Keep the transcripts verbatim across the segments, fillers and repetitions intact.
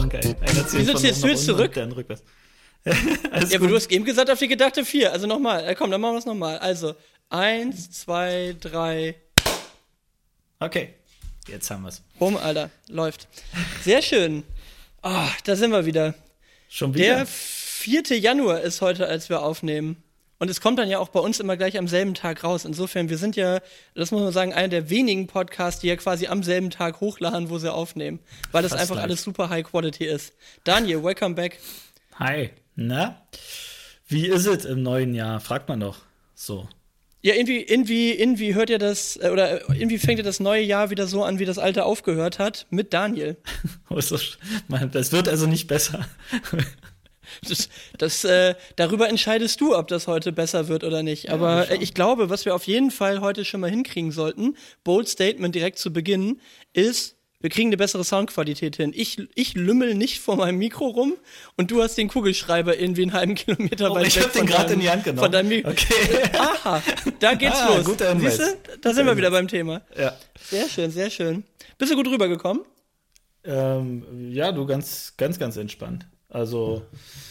geil. Einer zählt Wieso von zählst oben du jetzt nach unten zurück? und dann rückwärts. Ja, aber du hast eben gesagt, auf die gedachte vier. Also nochmal. Äh, komm, dann machen wir es nochmal. Also, eins, zwei, drei. Okay, jetzt haben wir es. Bumm, Alter. Läuft. Sehr schön. Ah, da sind wir wieder. Schon wieder? Der vierte Januar ist heute, als wir aufnehmen. Und es kommt dann ja auch bei uns immer gleich am selben Tag raus. Insofern, wir sind ja, das muss man sagen, einer der wenigen Podcasts, die ja quasi am selben Tag hochladen, wo sie aufnehmen. Weil das Fast einfach live. alles super High Quality ist. Daniel, welcome back. Hi, na? Wie ist es im neuen Jahr? Fragt man doch. So. Ja, irgendwie, irgendwie, irgendwie hört ihr das, äh, oder irgendwie fängt ihr das neue Jahr wieder so an, wie das alte aufgehört hat, mit Daniel. Das wird also nicht besser. Das, das, äh, darüber entscheidest du, ob das heute besser wird oder nicht. Aber Ja, äh, ich glaube, was wir auf jeden Fall heute schon mal hinkriegen sollten, Bold Statement direkt zu Beginn, ist, wir kriegen eine bessere Soundqualität hin. Ich, ich lümmel nicht vor meinem Mikro rum und du hast den Kugelschreiber irgendwie einen halben Kilometer Oh, weit ich weg hab den von gerade deinem- in die Hand genommen. Von deinem Mikro. Okay. Aha, da geht's Ah, los. guter Hinweis. Siehste? Da sind wir wieder beim Thema. Ja. Sehr schön, sehr schön. Bist du gut rübergekommen? Ähm, ja, du ganz, ganz, ganz entspannt. Also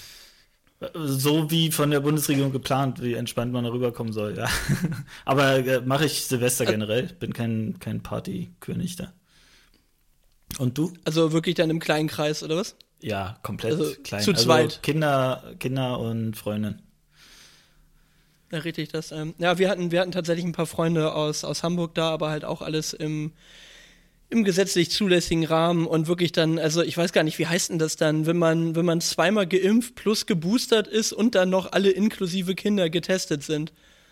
so wie von der Bundesregierung geplant, wie entspannt man da rüberkommen soll, ja. Aber äh, mache ich Silvester generell. Bin kein, kein Partykönig da. Und du? Also wirklich dann im kleinen Kreis, oder was? Ja, komplett Also klein. zu also zweit. Kinder, Kinder und Freundin. Ja, richtig, das. Ähm, ja, wir hatten, wir hatten tatsächlich ein paar Freunde aus, aus Hamburg da, aber halt auch alles im, im gesetzlich zulässigen Rahmen und wirklich dann, also ich weiß gar nicht, wie heißt denn das dann, wenn man, wenn man zweimal geimpft plus geboostert ist und dann noch alle inklusive Kinder getestet sind.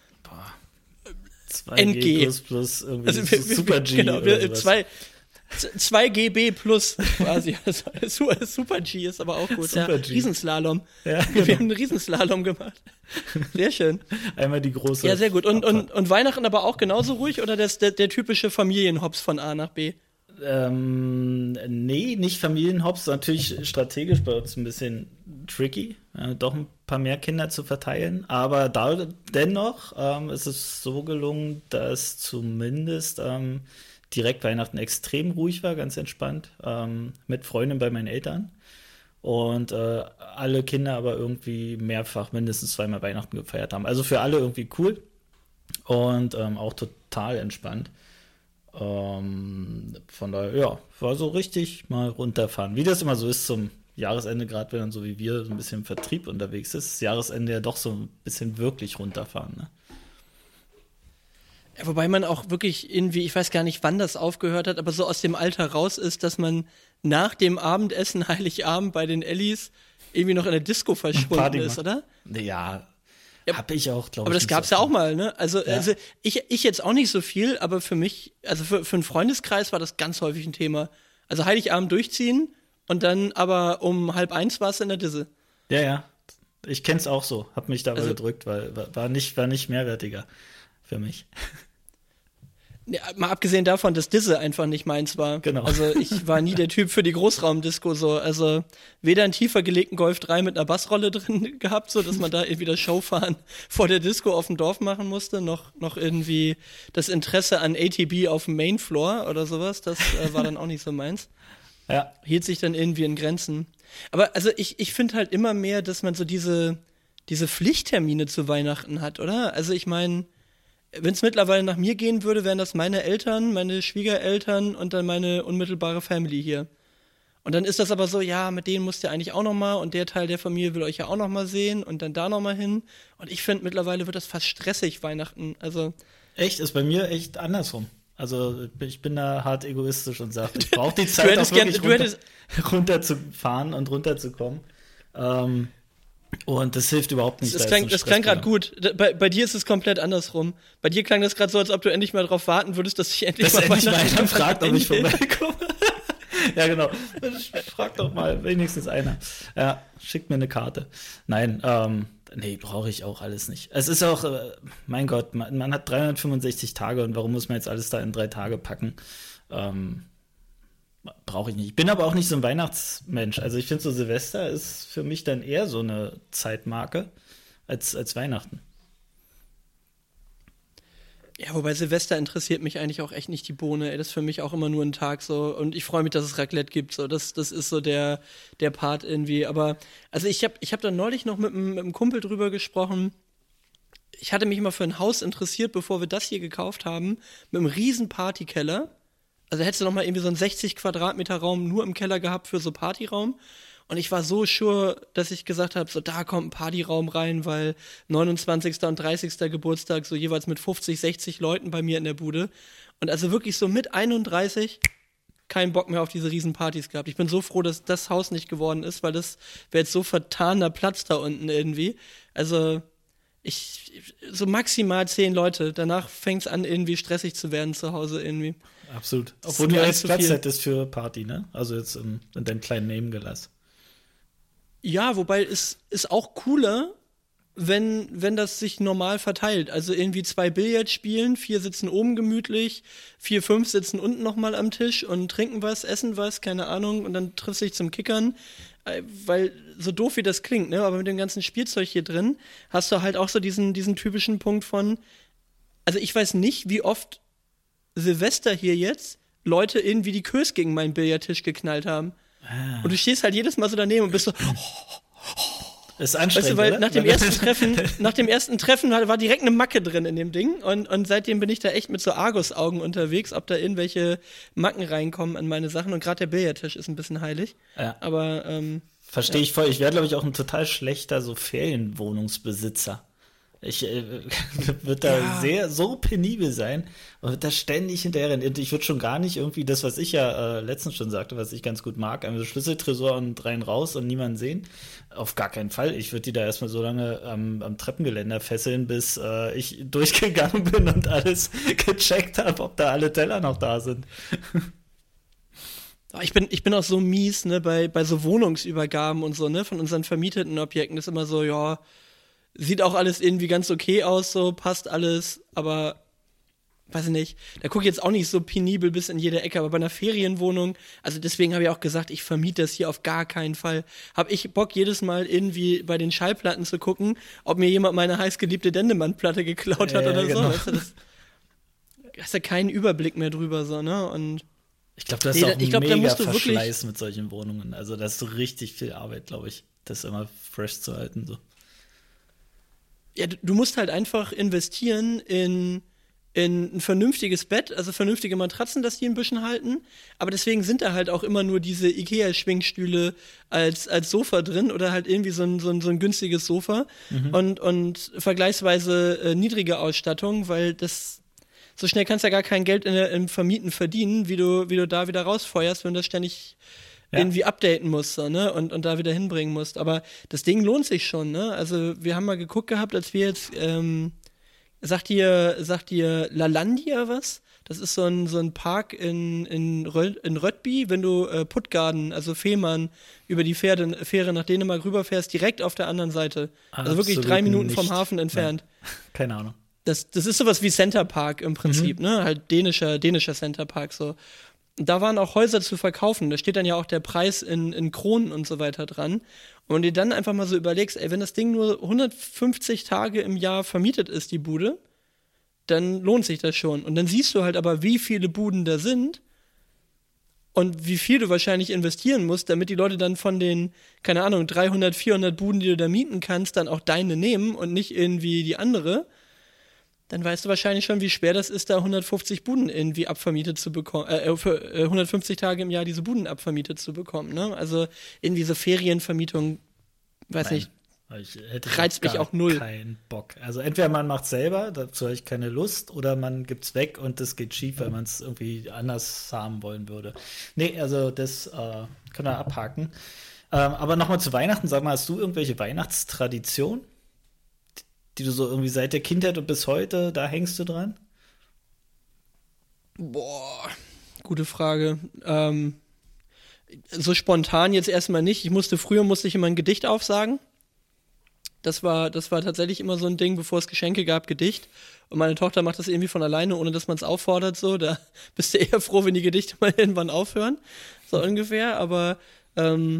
zwei N G. G plus plus irgendwie Also wir, wir, Super G genau, oder wir, sowas. zwei, zwei G B plus quasi. Also, Su- Super G ist aber auch gut. Super ja. G. Riesenslalom. Ja, Wir genau. haben einen Riesenslalom gemacht. Sehr schön. Einmal die große. Ja, sehr gut. Und, und, Abfahrt. und Weihnachten aber auch genauso ruhig oder das, der, der typische Familienhops von A nach B? Ähm, nee, nicht Familienhops, natürlich strategisch bei uns ein bisschen tricky, äh, doch ein paar mehr Kinder zu verteilen, aber da dennoch ähm, ist es so gelungen, dass zumindest ähm, direkt Weihnachten extrem ruhig war, ganz entspannt, ähm, mit Freunden bei meinen Eltern und äh, alle Kinder aber irgendwie mehrfach mindestens zweimal Weihnachten gefeiert haben. Also für alle irgendwie cool und ähm, auch total entspannt. Ähm, von daher, ja, war so richtig mal runterfahren. Wie das immer so ist zum Jahresende, gerade wenn dann so wie wir so ein bisschen im Vertrieb unterwegs ist, das Jahresende ja doch so ein bisschen wirklich runterfahren, ne? Ja, wobei man auch wirklich irgendwie, ich weiß gar nicht, wann das aufgehört hat, aber so aus dem Alter raus ist, dass man nach dem Abendessen Heiligabend bei den Ellis irgendwie noch in der Disco verschwunden Party ist, macht. oder? Ja, Ja, hab ich auch, glaube ich. Aber das nicht gab's so ja auch oft. mal, ne? Also, Ja. also ich, ich jetzt auch nicht so viel, aber für mich, also für, für einen Freundeskreis war das ganz häufig ein Thema. Also Heiligabend durchziehen und dann aber um halb eins war es in der Disse. Ja, ja. Ich kenn's auch so. Hab mich dabei Also- gedrückt, weil war, war nicht, war nicht mehrwertiger für mich. Ja, mal abgesehen davon, dass Disse einfach nicht meins war. Genau. Also ich war nie der Typ für die Großraumdisco so. Also weder einen tiefer gelegten Golf drei mit einer Bassrolle drin gehabt, so dass man da irgendwie das Showfahren vor der Disco auf dem Dorf machen musste, noch, noch irgendwie das Interesse an A T B auf dem Mainfloor oder sowas. Das äh, war dann auch nicht so meins. Ja, Hielt sich dann irgendwie in Grenzen. Aber also ich, ich finde halt immer mehr, dass man so diese, diese Pflichttermine zu Weihnachten hat, oder? Also ich meine, wenn es mittlerweile nach mir gehen würde, wären das meine Eltern, meine Schwiegereltern und dann meine unmittelbare Family hier. Und dann ist das aber so, ja, mit denen musst ihr eigentlich auch noch mal und der Teil der Familie will euch ja auch noch mal sehen und dann da noch mal hin. Und ich finde, mittlerweile wird das fast stressig, Weihnachten. Also echt, ist bei mir echt andersrum. Also ich bin da hart egoistisch und sage, ich brauche die du Zeit auch hättest gern, wirklich du runter, hättest, runterzufahren und runterzukommen. Ähm, und das hilft überhaupt nicht. das da klang, jetzt das einen klang Stress gerade gut. Da- Bei, bei dir ist es komplett andersrum. Bei dir klang das gerade so, als ob du endlich mal darauf warten würdest, dass ich endlich Dass mal endlich mal Weihnachten einer fragt, ob ich endet. vorbeikomme. Ja, genau. Frag doch mal, wenigstens einer. Ja, schickt mir eine Karte. Nein, ähm, nee, brauche ich auch alles nicht. Es ist auch, äh, mein Gott, man, man hat dreihundertfünfundsechzig Tage und warum muss man jetzt alles da in drei Tage packen? Ähm, brauche ich nicht. Ich bin aber auch nicht so ein Weihnachtsmensch. Also ich finde so Silvester ist für mich dann eher so eine Zeitmarke als, als Weihnachten. Ja, wobei Silvester interessiert mich eigentlich auch echt nicht die Bohne, ey. Das ist für mich auch immer nur ein Tag so. Und ich freue mich, dass es Raclette gibt. So, das, das ist so der, der Part irgendwie. Aber, also ich habe ich hab da neulich noch mit einem, mit einem Kumpel drüber gesprochen. Ich hatte mich mal für ein Haus interessiert, bevor wir das hier gekauft haben, mit einem riesen Partykeller. Also hättest du noch mal irgendwie so einen sechzig Quadratmeter Raum nur im Keller gehabt für so Partyraum. Und ich war so sure, dass ich gesagt habe, so da kommt ein Partyraum rein, weil neunundzwanzigster und dreißigster Geburtstag so jeweils mit fünfzig, sechzig Leuten bei mir in der Bude. Und also wirklich so mit einunddreißig keinen Bock mehr auf diese riesen Partys gehabt. Ich bin so froh, dass das Haus nicht geworden ist, weil das wäre jetzt so vertaner Platz da unten irgendwie. Also ich, so maximal zehn Leute. Danach fängt es an, irgendwie stressig zu werden zu Hause irgendwie. Absolut. Obwohl du ja jetzt Platz hättest für Party, ne? Also jetzt in, in deinem kleinen Nebengelass. Ja, wobei es ist auch cooler, wenn, wenn das sich normal verteilt. Also irgendwie zwei Billard spielen, vier sitzen oben gemütlich, vier, fünf sitzen unten nochmal am Tisch und trinken was, essen was, keine Ahnung, und dann triffst du dich zum Kickern. Weil, so doof wie das klingt, ne, aber mit dem ganzen Spielzeug hier drin hast du halt auch so diesen, diesen typischen Punkt von, also ich weiß nicht, wie oft Silvester hier jetzt Leute irgendwie die Kös gegen meinen Billardtisch geknallt haben. Ah. Und du stehst halt jedes Mal so daneben und bist so, das ist anstrengend, weißt du, weil oder? nach dem ersten Treffen, nach dem ersten Treffen war direkt eine Macke drin in dem Ding und, und seitdem bin ich da echt mit so Argusaugen unterwegs, ob da irgendwelche Macken reinkommen an meine Sachen und gerade der Billardtisch ist ein bisschen heilig. Ja. Aber, ähm, Verstehe ja. ich voll. Ich wäre, glaube ich, auch ein total schlechter so Ferienwohnungsbesitzer. Ich äh, würde da ja. sehr so penibel sein und würde da ständig hinterherrennen. Ich würde schon gar nicht irgendwie das, was ich ja äh, letztens schon sagte, was ich ganz gut mag, also Schlüsseltresor und rein raus und niemanden sehen. Auf gar keinen Fall. Ich würde die da erstmal so lange am, am Treppengeländer fesseln, bis äh, ich durchgegangen bin und alles gecheckt habe, ob da alle Teller noch da sind. Ich bin, ich bin auch so mies, ne, bei, bei so Wohnungsübergaben und so, ne, von unseren vermieteten Objekten ist immer so, ja, sieht auch alles irgendwie ganz okay aus, so, passt alles, aber weiß ich nicht, da gucke ich jetzt auch nicht so penibel bis in jede Ecke, aber bei einer Ferienwohnung, also deswegen habe ich auch gesagt, ich vermiete das hier auf gar keinen Fall. Habe ich Bock, jedes Mal irgendwie bei den Schallplatten zu gucken, ob mir jemand meine heißgeliebte Dendemann-Platte geklaut hat ja, oder genau. so. Weißt du, das, da hast ja keinen Überblick mehr drüber, so, ne, und ich glaube, das ist nee, auch ich glaub, mega da musst du Verschleiß wirklich mit solchen Wohnungen. Also da ist so richtig viel Arbeit, glaube ich, das immer fresh zu halten, so. Ja, du, du musst halt einfach investieren in, in ein vernünftiges Bett, also vernünftige Matratzen, dass die ein bisschen halten. Aber deswegen sind da halt auch immer nur diese Ikea-Schwingstühle als, als Sofa drin oder halt irgendwie so ein, so ein, so ein günstiges Sofa mhm. und, und vergleichsweise äh, niedrige Ausstattung, weil das so schnell kannst du ja gar kein Geld in der, im Vermieten verdienen, wie du, wie du da wieder rausfeuerst, wenn du das ständig ja. irgendwie updaten musst, so, ne, und, und da wieder hinbringen musst. Aber das Ding lohnt sich schon, ne, also wir haben mal geguckt gehabt, als wir jetzt, ähm, sagt dir, sagt dir Lalandia was? Das ist so ein, so ein Park in, in, Rö- in Röttby, wenn du äh, Puttgarden, also Fehmarn, über die Fähre, Fähre nach Dänemark rüberfährst, direkt auf der anderen Seite. Also Absolut wirklich drei Minuten nicht. vom Hafen entfernt. Nein. Keine Ahnung. Das, das ist sowas wie Center Park im Prinzip, mhm. ne? Halt dänischer, dänischer Center Park so. Und da waren auch Häuser zu verkaufen. Da steht dann ja auch der Preis in, in Kronen und so weiter dran. Und wenn du dir dann einfach mal so überlegst, ey, wenn das Ding nur hundertfünfzig Tage im Jahr vermietet ist, die Bude, dann lohnt sich das schon. Und dann siehst du halt aber, wie viele Buden da sind und wie viel du wahrscheinlich investieren musst, damit die Leute dann von den, keine Ahnung, dreihundert, vierhundert Buden, die du da mieten kannst, dann auch deine nehmen und nicht irgendwie die andere. Dann weißt du wahrscheinlich schon, wie schwer das ist, da hundertfünfzig Buden irgendwie abvermietet zu bekommen, äh, für äh, hundertfünfzig Tage im Jahr diese Buden abvermietet zu bekommen, ne? Also irgendwie so Ferienvermietung, weiß Nein, nicht, ich hätte reizt mich auch null. Keinen Bock. Also entweder man macht selber, dazu habe ich keine Lust, oder man gibt's weg und das geht schief, weil man es irgendwie anders haben wollen würde. Nee, also das äh, können wir abhaken. Ähm, aber nochmal zu Weihnachten, sag mal, hast du irgendwelche Weihnachtstraditionen, die du so irgendwie seit der Kindheit und bis heute, da hängst du dran? Boah, gute Frage. Ähm, so spontan jetzt erstmal nicht. Ich musste, früher musste ich immer ein Gedicht aufsagen. Das war, das war tatsächlich immer so ein Ding, bevor es Geschenke gab, Gedicht. Und meine Tochter macht das irgendwie von alleine, ohne dass man es auffordert, so. Da bist du eher froh, wenn die Gedichte mal irgendwann aufhören. So ungefähr, aber, ähm,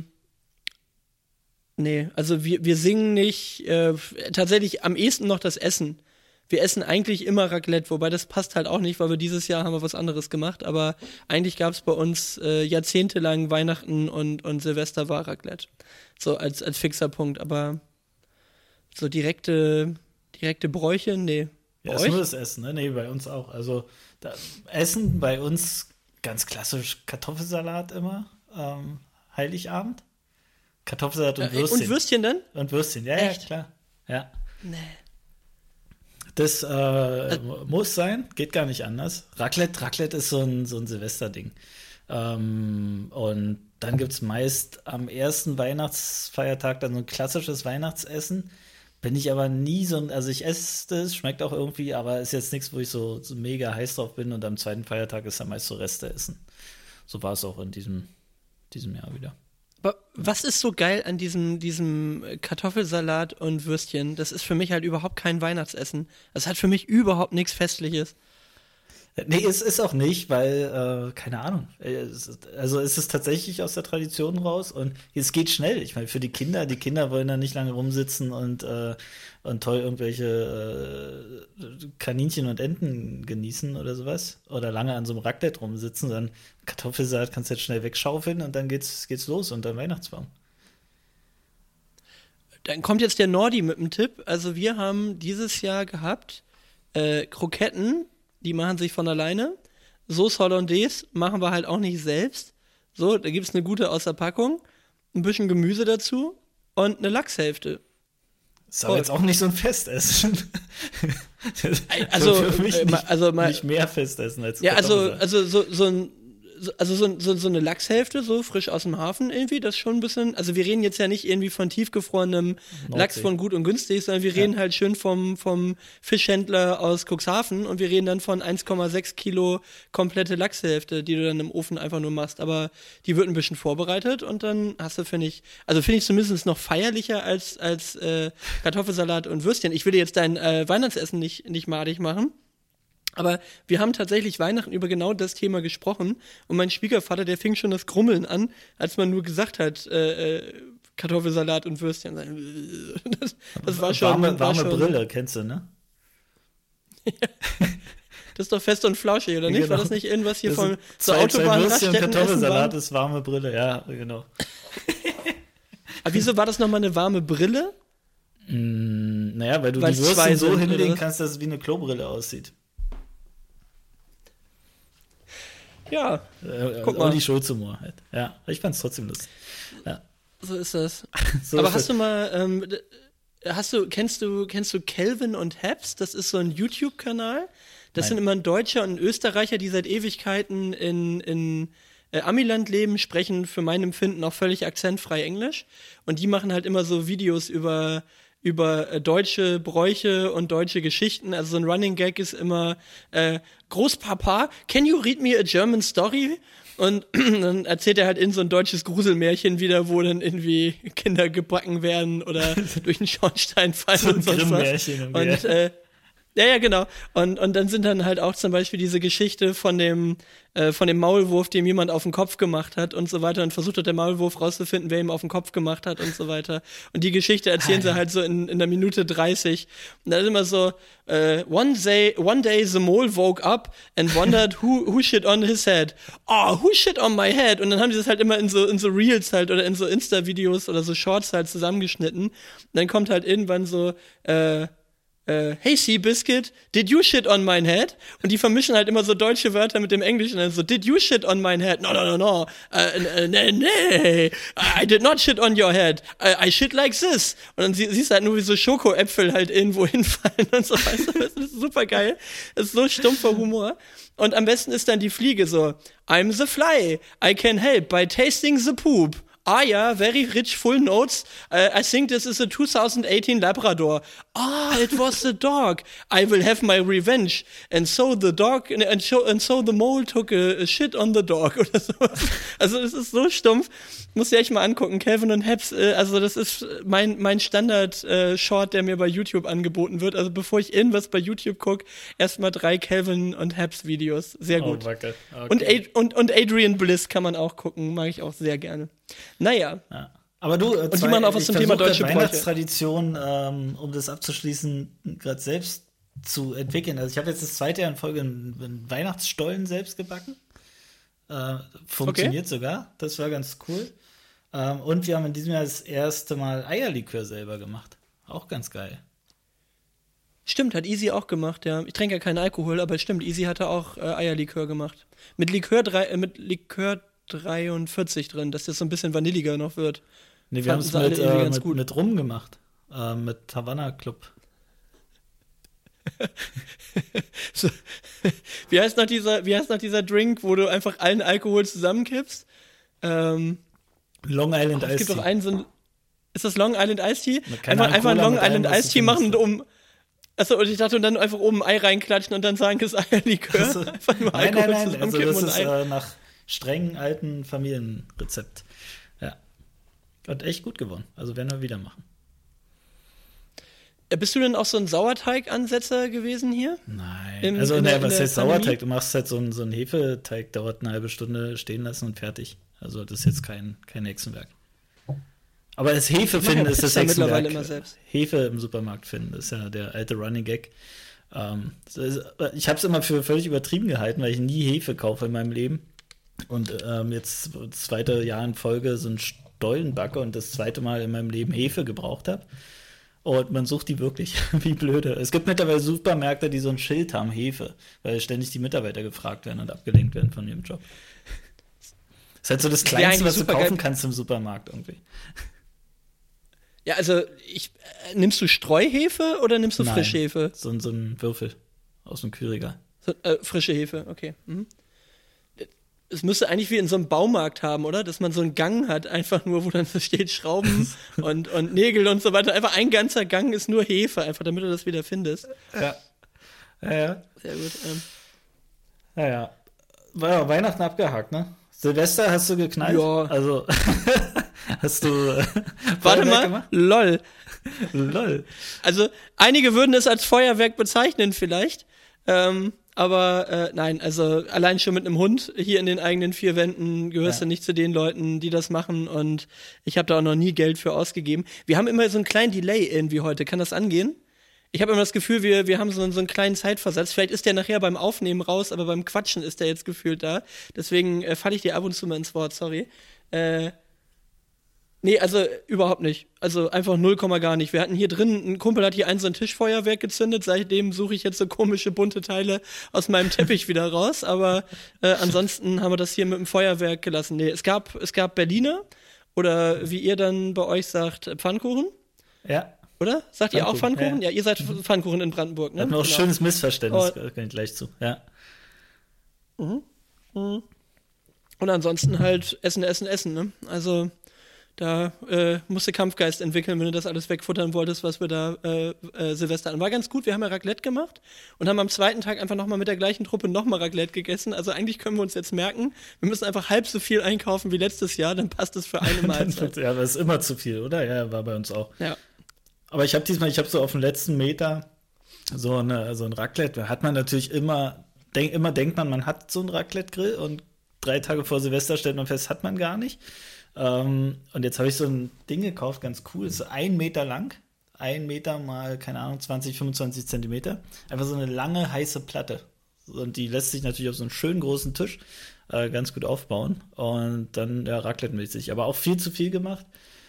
nee, also wir, wir singen nicht, äh, tatsächlich am ehesten noch das Essen. wir essen eigentlich immer Raclette, wobei das passt halt auch nicht, weil wir dieses Jahr haben wir was anderes gemacht, aber eigentlich gab es bei uns äh, jahrzehntelang Weihnachten und, und Silvester war Raclette. So als, als fixer Punkt, aber so direkte, direkte Bräuche, nee. Ja, ist nur das Essen, ne? Nee, bei uns auch. Also da, Essen bei uns ganz klassisch Kartoffelsalat immer, ähm, Heiligabend. Kartoffelsalat und äh, Würstchen. Und Würstchen dann? Und Würstchen, ja, Echt? ja, klar. Ja. Nee. Das äh, muss sein, geht gar nicht anders. Raclette, Raclette ist so ein, so ein Silvesterding. Ähm, und dann gibt es meist am ersten Weihnachtsfeiertag dann so ein klassisches Weihnachtsessen. Bin ich aber nie so ein, also ich esse das, schmeckt auch irgendwie, aber ist jetzt nichts, wo ich so, so mega heiß drauf bin und am zweiten Feiertag ist dann meist so Reste essen. So war es auch in diesem, diesem Jahr wieder. Aber was ist so geil an diesem, diesem Kartoffelsalat und Würstchen? Das ist für mich halt überhaupt kein Weihnachtsessen. Das hat für mich überhaupt nichts Festliches. Nee, es ist auch nicht, weil, äh, keine Ahnung. Es ist, also es ist tatsächlich aus der Tradition raus und es geht schnell. Ich meine, für die Kinder, die Kinder wollen da nicht lange rumsitzen und, äh, und toll irgendwelche äh, Kaninchen und Enten genießen oder sowas. Oder lange an so einem Raclette rumsitzen, sondern Kartoffelsalat kannst du jetzt schnell wegschaufeln und dann geht's, geht's los unter dem Weihnachtsbaum. Dann kommt jetzt der Nordi mit dem Tipp. Also wir haben dieses Jahr gehabt äh, Kroketten, die machen sich von alleine. Sauce Hollandaise machen wir halt auch nicht selbst. So, da gibt es eine gute aus der Packung, ein bisschen Gemüse dazu und eine Lachshälfte. Ist aber oh. jetzt auch nicht so ein Festessen. Also, für mich äh, nicht, also mal, nicht mehr Festessen als ja, also, also so, so ein Also so, so, so eine Lachshälfte, so frisch aus dem Hafen irgendwie, das ist schon ein bisschen, also wir reden jetzt ja nicht irgendwie von tiefgefrorenem Nordsee. Lachs von gut und günstig, sondern wir ja. reden halt schön vom, vom Fischhändler aus Cuxhaven und wir reden dann von eins Komma sechs Kilo komplette Lachshälfte, die du dann im Ofen einfach nur machst, aber die wird ein bisschen vorbereitet und dann hast du, finde ich, also finde ich zumindest noch feierlicher als, als äh, Kartoffelsalat und Würstchen. Ich will dir jetzt dein äh, Weihnachtsessen nicht, nicht madig machen. Aber wir haben tatsächlich Weihnachten über genau das Thema gesprochen und mein Schwiegervater, der fing schon das Grummeln an, als man nur gesagt hat, äh, äh, Kartoffelsalat und Würstchen. Das, das war schon... Warme, war warme schon, Brille, kennst du, ne? Das ist doch fest und flauschig, oder nicht? Genau. War das nicht irgendwas hier von so Autobahnraststätten? Kartoffelsalat ist warme Brille, ja, genau. Aber wieso war das nochmal eine warme Brille? Mm, naja, weil du Weil's die Würstchen so hinlegen kannst, dass es wie eine Klobrille aussieht. Ja, äh, guck mal. Die Schulzhumor halt. Ja, ich fand's trotzdem lustig. Ja. So ist das. so Aber ist hast das. du mal, ähm, hast du, kennst du, kennst du Calvin und Habs? Das ist so ein YouTube-Kanal. Das Nein. sind immer ein Deutscher und ein Österreicher, die seit Ewigkeiten in, in äh, Amiland leben, sprechen für mein Empfinden auch völlig akzentfrei Englisch. Und die machen halt immer so Videos über über äh, deutsche Bräuche und deutsche Geschichten. Also so ein Running Gag ist immer äh, Großpapa, can you read me a German story? Und dann erzählt er halt in so ein deutsches Gruselmärchen wieder, wo dann irgendwie Kinder gebacken werden oder durch einen Schornstein fallen so und sonst was. Und äh, ja, ja, genau. Und, und dann sind dann halt auch zum Beispiel diese Geschichte von dem, äh, von dem Maulwurf, dem jemand auf den Kopf gemacht hat und so weiter und versucht hat, der Maulwurf rauszufinden, wer ihm auf den Kopf gemacht hat und so weiter. Und die Geschichte erzählen sie halt so in, in der Minute dreißig. Und dann ist immer so, äh, one day, one day the mole woke up and wondered who, who shit on his head. Oh, who shit on my head? Und dann haben die das halt immer in so, in so Reels halt oder in so Insta-Videos oder so Shorts halt zusammengeschnitten. Und dann kommt halt irgendwann so, äh, Uh, hey Seabiscuit, did you shit on my head? Und die vermischen halt immer so deutsche Wörter mit dem Englischen. Dann so, did you shit on my head? No, no, no, no. Uh, uh, nee, nee. I did not shit on your head. I, I shit like this. Und dann sie, siehst du halt nur, wie so Schokoäpfel halt irgendwo hinfallen und so. Weißt du, das ist super geil. Das ist so stumpfer Humor. Und am besten ist dann die Fliege so, I'm the fly. I can help by tasting the poop. Ah ja, very rich full notes. Uh, I think this is a two thousand eighteen Labrador. Ah, it was the dog. I will have my revenge. And so the dog and so, and so the mole took a, a shit on the dog oder sowas. Also das ist so stumpf. Muss ich echt mal angucken. Calvin und Habs, äh, also das ist mein mein Standard äh, Short, der mir bei YouTube angeboten wird. Also bevor ich irgendwas bei YouTube gucke, erstmal drei Calvin und Habs Videos. Sehr gut. Oh, okay. Und, Ad- und und Adrian Bliss kann man auch gucken, mag ich auch sehr gerne. Naja. Ja. Aber du, und die machen auch was zum Thema deutsche Bräuche. Weihnachtstradition, ähm, um das abzuschließen, gerade selbst zu entwickeln. Also ich habe jetzt das zweite Jahr in Folge einen, einen Weihnachtsstollen selbst gebacken. Äh, funktioniert okay. sogar. Das war ganz cool. Ähm, und wir haben in diesem Jahr das erste Mal Eierlikör selber gemacht. Auch ganz geil. Stimmt, hat Easy auch gemacht, ja. Ich trinke ja keinen Alkohol, aber stimmt, Easy hatte auch äh, Eierlikör gemacht. Mit Likör, drei, äh, mit Likör dreiundvierzig drin, dass das so ein bisschen vanilliger noch wird. Nee, wir haben es mit, äh, mit, mit Rum gemacht. Äh, mit Havana Club. so, wie heißt noch dieser, wie heißt noch dieser Drink, wo du einfach allen Alkohol zusammenkippst? Ähm, Long Island oh, Ice Tea. Es gibt doch einen so ein, ist das Long Island Ice Tea? Einfach, einfach ein Long Island Ice Tea machen und um Achso, und ich dachte, und dann einfach oben ein Ei reinklatschen und dann sagen, es ist Eierlikör. Also, einfach nur nein, Alkohol nein, nein, also das ist Ei. äh, nach strengen alten Familienrezept. Ja. Hat echt gut gewonnen. Also werden wir wieder machen. Bist du denn auch so ein Sauerteig-Ansetzer gewesen hier? Nein. Im, also, ne, was heißt Pandemie? Sauerteig? Du machst halt so einen, so einen Hefeteig, dauert eine halbe Stunde stehen lassen und fertig. Also, das ist jetzt kein, kein Hexenwerk. Aber das Hefe finden ist das Hexenwerk. Immer selbst. Hefe im Supermarkt finden, das ist ja der alte Running Gag. Ähm, ist, ich habe es immer für völlig übertrieben gehalten, weil ich nie Hefe kaufe in meinem Leben. Und ähm, jetzt das zweite Jahr in Folge so einen Stollen backe und das zweite Mal in meinem Leben Hefe gebraucht habe. Und man sucht die wirklich, wie blöde. Es gibt mittlerweile Supermärkte, die so ein Schild haben, Hefe, weil ständig die Mitarbeiter gefragt werden und abgelenkt werden von ihrem Job. Das ist halt so das Kleinste, was du kaufen kannst im Supermarkt irgendwie. Ja, also ich, äh, nimmst du Streuhefe oder nimmst du Nein, Frischhefe? So, so ein Würfel aus dem Kühlregal. So, äh, frische Hefe, okay. Mhm. Es müsste eigentlich wie in so einem Baumarkt haben, oder? Dass man so einen Gang hat, einfach nur, wo dann so steht Schrauben und, und Nägel und so weiter. Einfach ein ganzer Gang ist nur Hefe, einfach damit du das wieder findest. Ja. Ja, ja. Sehr gut. Ähm. Ja, ja. War ja Weihnachten abgehakt, ne? Silvester hast du geknallt? Ja. Also, hast du. Äh, Warte mal, gemacht? lol. Lol. Also, einige würden es als Feuerwerk bezeichnen, vielleicht. Ähm, aber äh, nein, also allein schon mit einem Hund hier in den eigenen vier Wänden gehörst ja. du nicht zu den Leuten, die das machen. Und ich habe da auch noch nie Geld für ausgegeben. Wir haben immer so einen kleinen Delay irgendwie heute. Kann das angehen? Ich habe immer das Gefühl, wir, wir haben so, so einen kleinen Zeitversatz. Vielleicht ist der nachher beim Aufnehmen raus, aber beim Quatschen ist der jetzt gefühlt da. Deswegen äh, falle ich dir ab und zu mal ins Wort, sorry. Äh, nee, also überhaupt nicht. Also einfach null Komma gar nicht. Wir hatten hier drin, ein Kumpel hat hier ein so ein Tischfeuerwerk gezündet. Seitdem suche ich jetzt so komische bunte Teile aus meinem Teppich wieder raus. Aber äh, ansonsten haben wir das hier mit dem Feuerwerk gelassen. Nee, es gab, es gab Berliner oder wie ihr dann bei euch sagt, Pfannkuchen. Ja. Oder? Sagt Pfannkuchen, ihr auch Pfannkuchen? Ja, ja. ihr seid Pfannkuchen in Brandenburg, ne? Hat noch ein genau. schönes Missverständnis, oh. da kann ich gleich zu. Ja. Mhm. Mhm. Und ansonsten halt Essen, Essen, Essen, ne? Also da äh, musst du Kampfgeist entwickeln, wenn du das alles wegfuttern wolltest, was wir da äh, äh, Silvester hatten. War ganz gut, wir haben ja Raclette gemacht und haben am zweiten Tag einfach nochmal mit der gleichen Truppe nochmal Raclette gegessen. Also eigentlich können wir uns jetzt merken, wir müssen einfach halb so viel einkaufen wie letztes Jahr, dann passt es für eine Mahlzeit. Ja, aber das ist immer zu viel, oder? Ja, war bei uns auch. Ja. Aber ich habe diesmal, ich habe so auf den letzten Meter so, eine, so ein Raclette, da hat man natürlich immer, denk, immer denkt man, man hat so einen Raclette-Grill und drei Tage vor Silvester stellt man fest, hat man gar nicht. Ähm, und jetzt habe ich so ein Ding gekauft, ganz cool, ist so ein Meter lang, ein Meter mal, keine Ahnung, zwanzig, fünfundzwanzig Zentimeter. Einfach so eine lange, heiße Platte. Und die lässt sich natürlich auf so einen schönen großen Tisch äh, ganz gut aufbauen. Und dann, ja, Raclette-mäßig. Aber auch viel zu viel gemacht.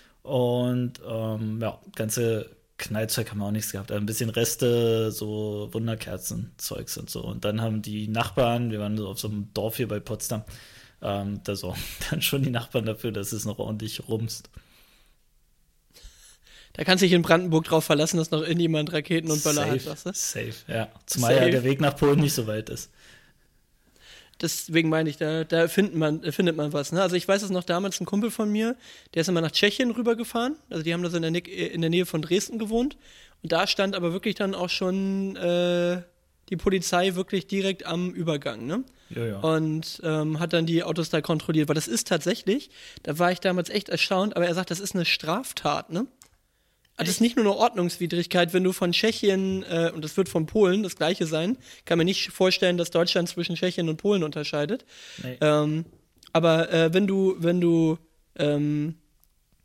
Und ähm, ja, ganze Knallzeug haben wir auch nichts gehabt. Ein bisschen Reste, so Wunderkerzen-Zeugs und so. Und dann haben die Nachbarn, wir waren so auf so einem Dorf hier bei Potsdam, ähm, da sorgen dann schon die Nachbarn dafür, dass es noch ordentlich rumst. Da kannst du dich in Brandenburg drauf verlassen, dass noch irgendjemand Raketen und Böller Safe, hat, sagst du? Safe, ja. Zumal ja der Weg nach Polen nicht so weit ist. Deswegen meine ich, da, da findet man, findet man was. Ne? Also ich weiß es noch, damals ein Kumpel von mir, der ist immer nach Tschechien rübergefahren. Also die haben da so in der, Nähe, in der Nähe von Dresden gewohnt. Und da stand aber wirklich dann auch schon äh, die Polizei wirklich direkt am Übergang. Ne? Ja, ja. Und ähm, hat dann die Autos da kontrolliert. Weil das ist tatsächlich, da war ich damals echt erstaunt, aber er sagt, das ist eine Straftat, ne? Also das ist nicht nur eine Ordnungswidrigkeit, wenn du von Tschechien, äh, und das wird von Polen das Gleiche sein, kann mir nicht vorstellen, dass Deutschland zwischen Tschechien und Polen unterscheidet. Nee. Ähm, aber äh, wenn du, wenn du ähm,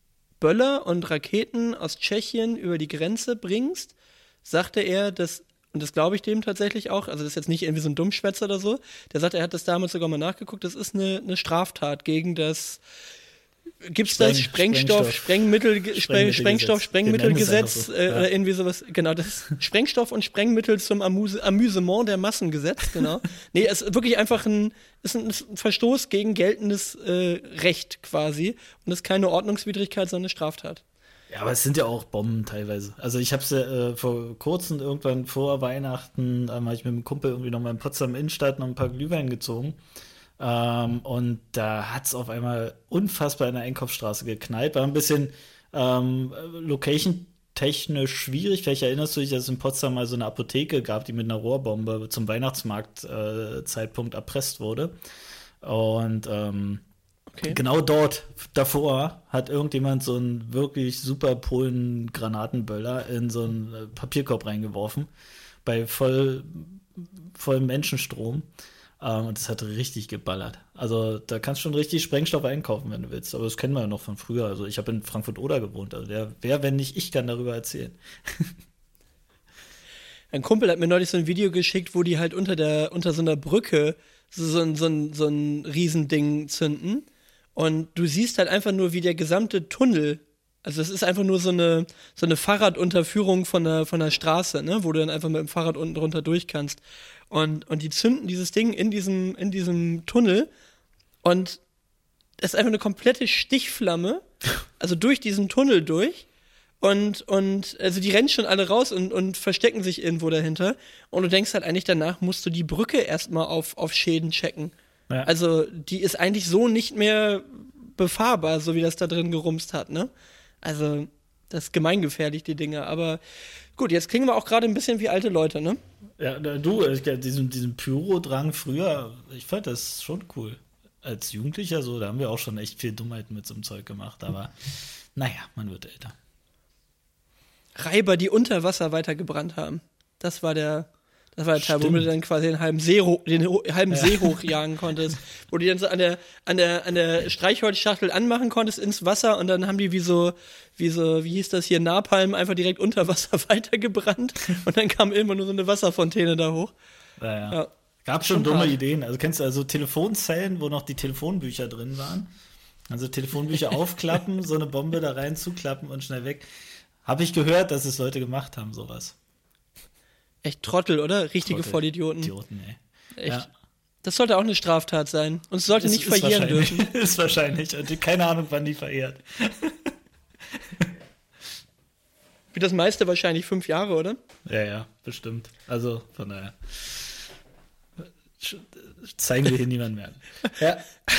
Böller und Raketen aus Tschechien über die Grenze bringst, sagte er, dass und das glaube ich dem tatsächlich auch, also das ist jetzt nicht irgendwie so ein Dummschwätzer oder so, der sagt, er hat das damals sogar mal nachgeguckt, das ist eine, eine Straftat gegen das, gibt's das Spreng- Sprengstoff, Sprengstoff- Sprengmittel, Spreng, Sprengmittelgesetz. Sprengstoff, Wir Sprengmittelgesetz nennen es einfach so, äh, ja. oder irgendwie sowas, genau, das Sprengstoff und Sprengmittel zum Amuse, Amüsement der Massengesetz, genau. Nee, es ist wirklich einfach ein, ist ein, ist ein Verstoß gegen geltendes äh, Recht quasi und ist keine Ordnungswidrigkeit, sondern eine Straftat. Ja, aber es sind ja auch Bomben teilweise. Also ich habe es ja äh, vor kurzem irgendwann vor Weihnachten, ähm, habe ich mit einem Kumpel irgendwie noch mal in Potsdam Innenstadt noch ein paar Glühwein gezogen. Ähm, und da hat es auf einmal unfassbar in der Einkaufsstraße geknallt. War ein bisschen ähm, location-technisch schwierig. Vielleicht erinnerst du dich, dass es in Potsdam mal so eine Apotheke gab, die mit einer Rohrbombe zum Weihnachtsmarkt-Zeitpunkt erpresst wurde. Und ähm, Okay. genau dort, davor, hat irgendjemand so einen wirklich super Polen-Granatenböller in so einen äh, Papierkorb reingeworfen. Bei voll, vollem Menschenstrom. Ähm, und das hat richtig geballert. Also da kannst du schon richtig Sprengstoff einkaufen, wenn du willst. Aber das kennen wir ja noch von früher. Also ich habe in Frankfurt-Oder gewohnt. Also wer, wer, wenn nicht ich, kann darüber erzählen. Ein Kumpel hat mir neulich so ein Video geschickt, wo die halt unter der, unter so einer Brücke so, so, ein- so, ein- so ein Riesending zünden. Und du siehst halt einfach nur, wie der gesamte Tunnel, also es ist einfach nur so eine, so eine Fahrradunterführung von der, von der Straße, ne, wo du dann einfach mit dem Fahrrad unten drunter durch kannst. Und, und die zünden dieses Ding in diesem, in diesem Tunnel und es ist einfach eine komplette Stichflamme, also durch diesen Tunnel durch. Und, und, also die rennen schon alle raus und, und verstecken sich irgendwo dahinter. Und du denkst halt eigentlich, danach musst du die Brücke erstmal auf, auf Schäden checken. Ja. Also, die ist eigentlich so nicht mehr befahrbar, so wie das da drin gerumst hat, ne? Also, das ist gemeingefährlich, die Dinge. Aber gut, jetzt klingen wir auch gerade ein bisschen wie alte Leute, ne? Ja, da- du, ich, glaub, diesen, diesen Pyro-Drang früher, ich fand das schon cool. Als Jugendlicher so, da haben wir auch schon echt viel Dummheiten mit so einem Zeug gemacht. Aber naja, man wird älter. Reiber, die unter Wasser weitergebrannt haben. Das war der, das war der Teil, wo Stimmt. du dann quasi den halben See, ho- den ho- halben See hochjagen konntest. Wo du die dann so an der, an der, an der Streichholzschachtel anmachen konntest ins Wasser und dann haben die wie so, wie so, wie hieß das hier, Napalm einfach direkt unter Wasser weitergebrannt und dann kam immer nur so eine Wasserfontäne da hoch. Naja. Ja. Gab schon Schon dumme hart. Ideen. Also kennst du also Telefonzellen, wo noch die Telefonbücher drin waren? Also Telefonbücher aufklappen, so eine Bombe da rein zuklappen und schnell weg. Habe ich gehört, dass es Leute gemacht haben, sowas. Echt Trottel, oder? Richtige Trottel. Vollidioten. Idioten, ey. Echt. Ja. Das sollte auch eine Straftat sein. Und es sollte Ist- nicht ist verjähren wahrscheinlich- dürfen. Ist wahrscheinlich. Und keine Ahnung, wann die verehrt. Wie das meiste wahrscheinlich fünf Jahre, oder? Ja, ja, bestimmt. Also, von daher. Sch- Zeigen wir hier niemanden mehr an. Ja.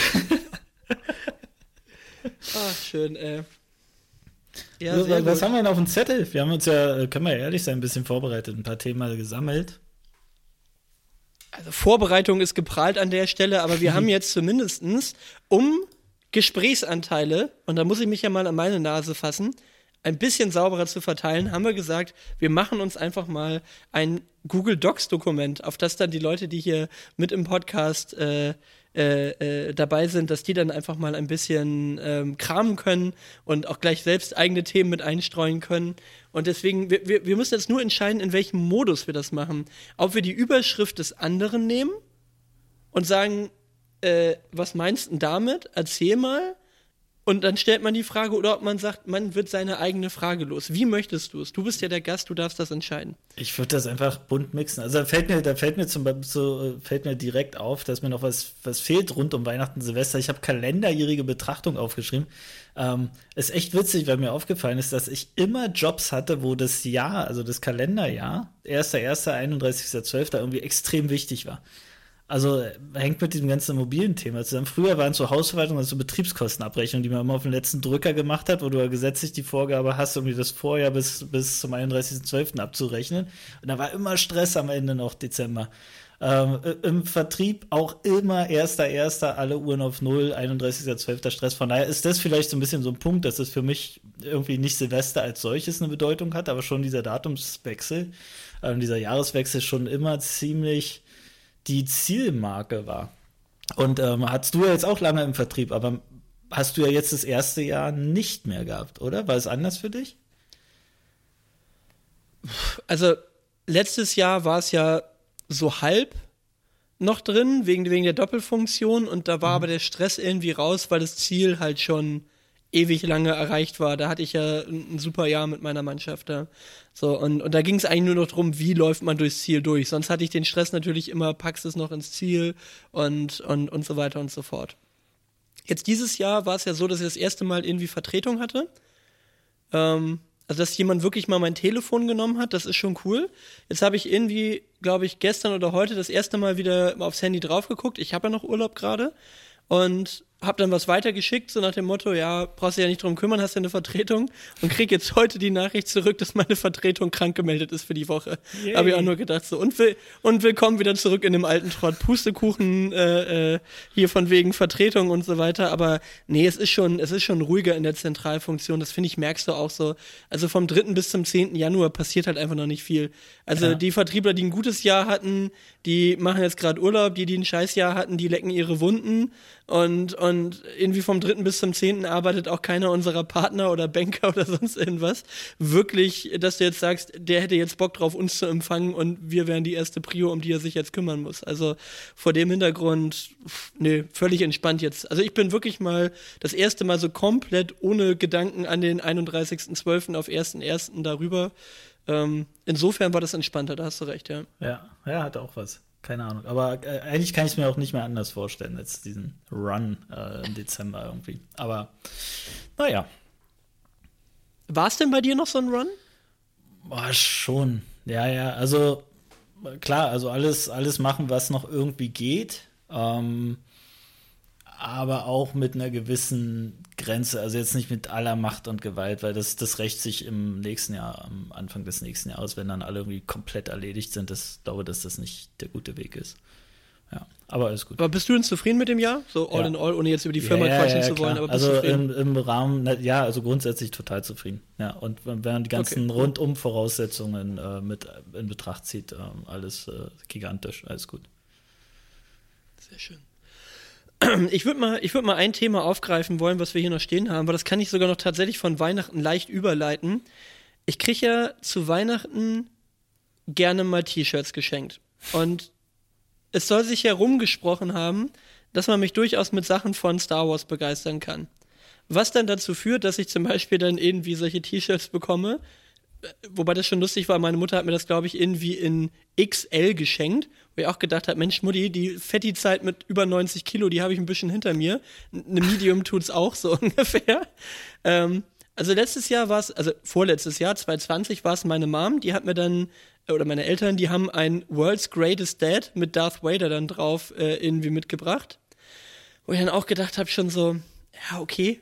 Ach, schön, ey. Ja, So, sehr was gut. haben wir denn auf dem Zettel? Wir haben uns ja, können wir ja ehrlich sein, ein bisschen vorbereitet, ein paar Themen gesammelt. Also Vorbereitung ist geprahlt an der Stelle, aber wir haben jetzt zumindestens um Gesprächsanteile, und da muss ich mich ja mal an meine Nase fassen, ein bisschen sauberer zu verteilen, haben wir gesagt, wir machen uns einfach mal ein Google Docs Dokument, auf das dann die Leute, die hier mit im Podcast äh, äh, äh, dabei sind, dass die dann einfach mal ein bisschen ähm, kramen können und auch gleich selbst eigene Themen mit einstreuen können. Und deswegen, wir, wir, wir müssen jetzt nur entscheiden, in welchem Modus wir das machen. Ob wir die Überschrift des anderen nehmen und sagen, äh, was meinst du denn damit? Erzähl mal. Und dann stellt man die Frage, oder ob man sagt, man wird seine eigene Frage los. Wie möchtest du es? Du bist ja der Gast, du darfst das entscheiden. Ich würde das einfach bunt mixen. Also da fällt mir, da fällt mir zum Beispiel so, fällt mir direkt auf, dass mir noch was, was fehlt rund um Weihnachten, Silvester. Ich habe kalenderjährige Betrachtung aufgeschrieben. Ähm, ist echt witzig, weil mir aufgefallen ist, dass ich immer Jobs hatte, wo das Jahr, also das Kalenderjahr, erster erster einunddreißigster zwölfter irgendwie extrem wichtig war. Also hängt mit diesem ganzen Immobilienthema zusammen. Früher waren so Hausverwaltung, also Betriebskostenabrechnungen, die man immer auf den letzten Drücker gemacht hat, wo du ja gesetzlich die Vorgabe hast, irgendwie das Vorjahr bis, bis zum einunddreißigster zwölfter abzurechnen. Und da war immer Stress am Ende noch Dezember. Ähm, im Vertrieb auch immer erster erster alle Uhren auf Null, einunddreißigster zwölfter Stress. Von daher ist das vielleicht so ein bisschen so ein Punkt, dass es für mich irgendwie nicht Silvester als solches eine Bedeutung hat, aber schon dieser Datumswechsel, ähm, dieser Jahreswechsel schon immer ziemlich die Zielmarke war. Und ähm, hattest du ja jetzt auch lange im Vertrieb, aber hast du ja jetzt das erste Jahr nicht mehr gehabt, oder? War es anders für dich? Also letztes Jahr war es ja so halb noch drin, wegen, wegen der Doppelfunktion und da war mhm. aber der Stress irgendwie raus, weil das Ziel halt schon ewig lange erreicht war. Da hatte ich ja ein, ein super Jahr mit meiner Mannschaft da. So, und, und da ging es eigentlich nur noch darum, wie läuft man durchs Ziel durch. Sonst hatte ich den Stress natürlich immer, packst es noch ins Ziel und, und, und so weiter und so fort. Jetzt dieses Jahr war es ja so, dass ich das erste Mal irgendwie Vertretung hatte. Ähm, also, dass jemand wirklich mal mein Telefon genommen hat, das ist schon cool. Jetzt habe ich irgendwie, glaube ich, gestern oder heute das erste Mal wieder aufs Handy drauf geguckt. Ich habe ja noch Urlaub gerade und hab dann was weitergeschickt, so nach dem Motto, ja, brauchst dich ja nicht drum kümmern, hast ja eine Vertretung und krieg jetzt heute die Nachricht zurück, dass meine Vertretung krank gemeldet ist für die Woche. Habe ich auch nur gedacht so, und, will, und willkommen wieder zurück in dem alten Trott, Pustekuchen, äh, äh, hier von wegen Vertretung und so weiter, aber nee, es ist schon, es ist schon ruhiger in der Zentralfunktion, das finde ich, merkst du auch so, also vom dritten bis zum zehnten Januar passiert halt einfach noch nicht viel. Also ja. Die Vertriebler, die ein gutes Jahr hatten, die machen jetzt gerade Urlaub, die, die ein Scheißjahr hatten, die lecken ihre Wunden und, und Und irgendwie vom dritten bis zum zehnten arbeitet auch keiner unserer Partner oder Banker oder sonst irgendwas. Wirklich, dass du jetzt sagst, der hätte jetzt Bock drauf, uns zu empfangen und wir wären die erste Prio, um die er sich jetzt kümmern muss. Also vor dem Hintergrund, nee, völlig entspannt jetzt. Also ich bin wirklich mal das erste Mal so komplett ohne Gedanken an den einunddreißigsten zwölften auf ersten ersten darüber. Ähm, insofern war das entspannter, da hast du recht, ja. Ja, ja, hat auch was. Keine Ahnung. Aber äh, eigentlich kann ich es mir auch nicht mehr anders vorstellen, als diesen Run äh, im Dezember irgendwie. Aber naja. War es denn bei dir noch so ein Run? Boah, schon. Ja, ja. Also klar, also alles, alles machen, was noch irgendwie geht. Ähm, aber auch mit einer gewissen Grenze. Also jetzt nicht mit aller Macht und Gewalt, weil das, das rächt sich im nächsten Jahr, am Anfang des nächsten Jahres, wenn dann alle irgendwie komplett erledigt sind. Das glaube, dass das nicht der gute Weg ist. Ja, aber alles gut. Aber bist du denn zufrieden mit dem Jahr? So all ja. in all, ohne jetzt über die Firma ja, quatschen ja, ja, zu wollen, klar. aber bist also du zufrieden? im, im Rahmen, ja, also grundsätzlich total zufrieden. Ja, und wenn man die ganzen okay. Rundum-Voraussetzungen äh, mit in Betracht zieht, äh, alles äh, gigantisch, alles gut. Sehr schön. Ich würde mal, ich würd mal ein Thema aufgreifen wollen, was wir hier noch stehen haben, aber das kann ich sogar noch tatsächlich von Weihnachten leicht überleiten. Ich kriege ja zu Weihnachten gerne mal T-Shirts geschenkt. Und es soll sich herumgesprochen haben, dass man mich durchaus mit Sachen von Star Wars begeistern kann. Was dann dazu führt, dass ich zum Beispiel dann irgendwie solche T-Shirts bekomme, wobei das schon lustig war, meine Mutter hat mir das, glaube ich, irgendwie in X L geschenkt, wo ich auch gedacht habe, Mensch, Mutti, die Fetti-Zeit mit über neunzig Kilo, die habe ich ein bisschen hinter mir. Eine Medium tut's auch so ungefähr. Ähm, also letztes Jahr war es, also vorletztes Jahr, zwanzig zwanzig, war es meine Mom, die hat mir dann, oder meine Eltern, die haben ein World's Greatest Dad mit Darth Vader dann drauf äh, irgendwie mitgebracht. Wo ich dann auch gedacht habe, schon so, ja, okay.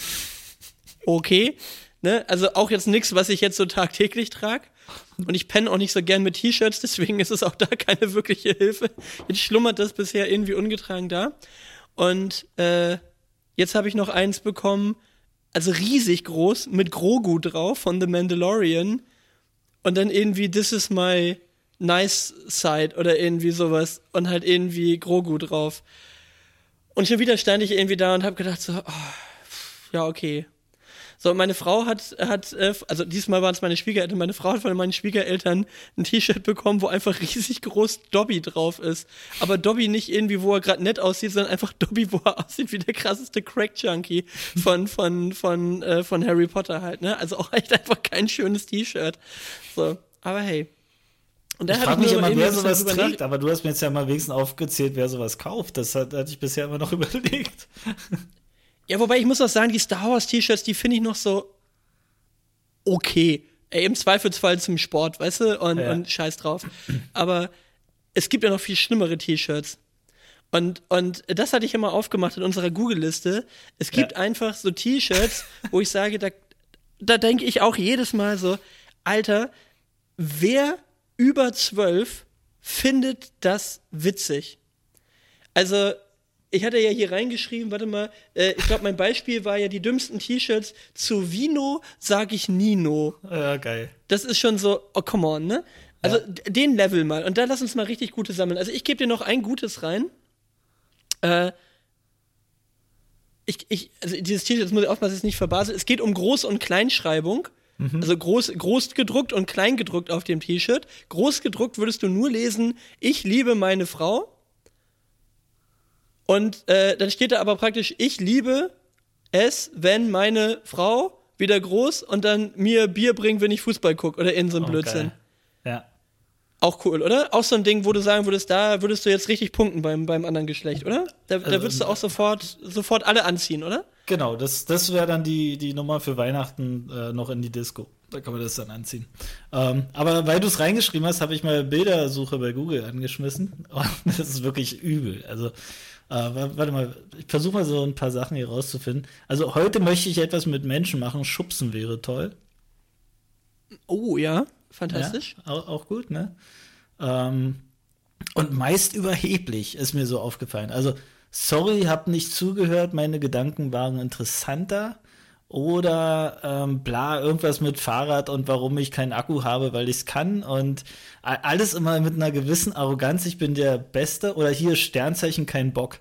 Okay. Ne? Also auch jetzt nichts, was ich jetzt so tagtäglich trage. Und ich penne auch nicht so gern mit T-Shirts, deswegen ist es auch da keine wirkliche Hilfe. Jetzt schlummert das bisher irgendwie ungetragen da. Und äh, jetzt habe ich noch eins bekommen, also riesig groß, mit Grogu drauf von The Mandalorian. Und dann irgendwie This is my nice side oder irgendwie sowas. Und halt irgendwie Grogu drauf. Und schon wieder stand ich irgendwie da und habe gedacht so, oh, ja, okay. So, meine Frau hat, hat also diesmal waren es meine Schwiegereltern, meine Frau hat von meinen Schwiegereltern ein T-Shirt bekommen, wo einfach riesig groß Dobby drauf ist. Aber Dobby nicht irgendwie, wo er gerade nett aussieht, sondern einfach Dobby, wo er aussieht wie der krasseste Crack-Junkie von, von, von, äh, von Harry Potter halt, ne? Also auch echt einfach kein schönes T-Shirt. So, aber hey. Und ich frage mich immer, wer sowas trägt, nach- aber du hast mir jetzt ja mal wenigstens aufgezählt, wer sowas kauft. Das hat, hatte ich bisher immer noch überlegt. Ja, wobei ich muss auch sagen, die Star Wars T-Shirts, die finde ich noch so okay. Ey, im Zweifelsfall zum Sport, weißt du? Und, ja. und scheiß drauf. Aber es gibt ja noch viel schlimmere T-Shirts. Und, und das hatte ich immer aufgemacht in unserer Google-Liste. Es gibt ja. einfach so T-Shirts, wo ich sage, da, da denke ich auch jedes Mal so, Alter, wer über zwölf findet das witzig? Also, ich hatte ja hier reingeschrieben, warte mal, äh, ich glaube, mein Beispiel war ja die dümmsten T-Shirts. Zu Vino sag ich Nino. Ja, geil. Das ist schon so, oh, come on, ne? Also, ja. d- den Level mal. Und da lass uns mal richtig gute sammeln. Also, ich gebe dir noch ein gutes rein. Äh, ich, ich, also, dieses T-Shirt, das muss ich aufpassen, das ist nicht verbaselt. Es geht um Groß- und Kleinschreibung. Mhm. Also groß, groß gedruckt und klein gedruckt auf dem T-Shirt. Groß gedruckt würdest du nur lesen, ich liebe meine Frau. Und äh, dann steht da aber praktisch, ich liebe es, wenn meine Frau wieder groß und dann mir Bier bringt, wenn ich Fußball gucke oder in so ein Oh, Blödsinn. geil. Ja. Auch cool, oder? Auch so ein Ding, wo du sagen würdest, da würdest du jetzt richtig punkten beim, beim anderen Geschlecht, oder? Da, da würdest du auch sofort, sofort alle anziehen, oder? Genau, das, das wäre dann die, die Nummer für Weihnachten äh, noch in die Disco. Da kann man das dann anziehen. Ähm, aber weil du es reingeschrieben hast, habe ich mal Bildersuche bei Google angeschmissen. Und das ist wirklich übel. Also, äh, warte mal, ich versuche mal so ein paar Sachen hier rauszufinden. Also, heute möchte ich etwas mit Menschen machen. Schubsen wäre toll. Oh, ja, fantastisch. Ja, auch, auch gut, ne? Ähm, und meist überheblich ist mir so aufgefallen. Also, sorry, hab nicht zugehört, meine Gedanken waren interessanter. Oder ähm, bla, irgendwas mit Fahrrad und warum ich keinen Akku habe, weil ich es kann. Und alles immer mit einer gewissen Arroganz, ich bin der Beste. Oder hier Sternzeichen, kein Bock.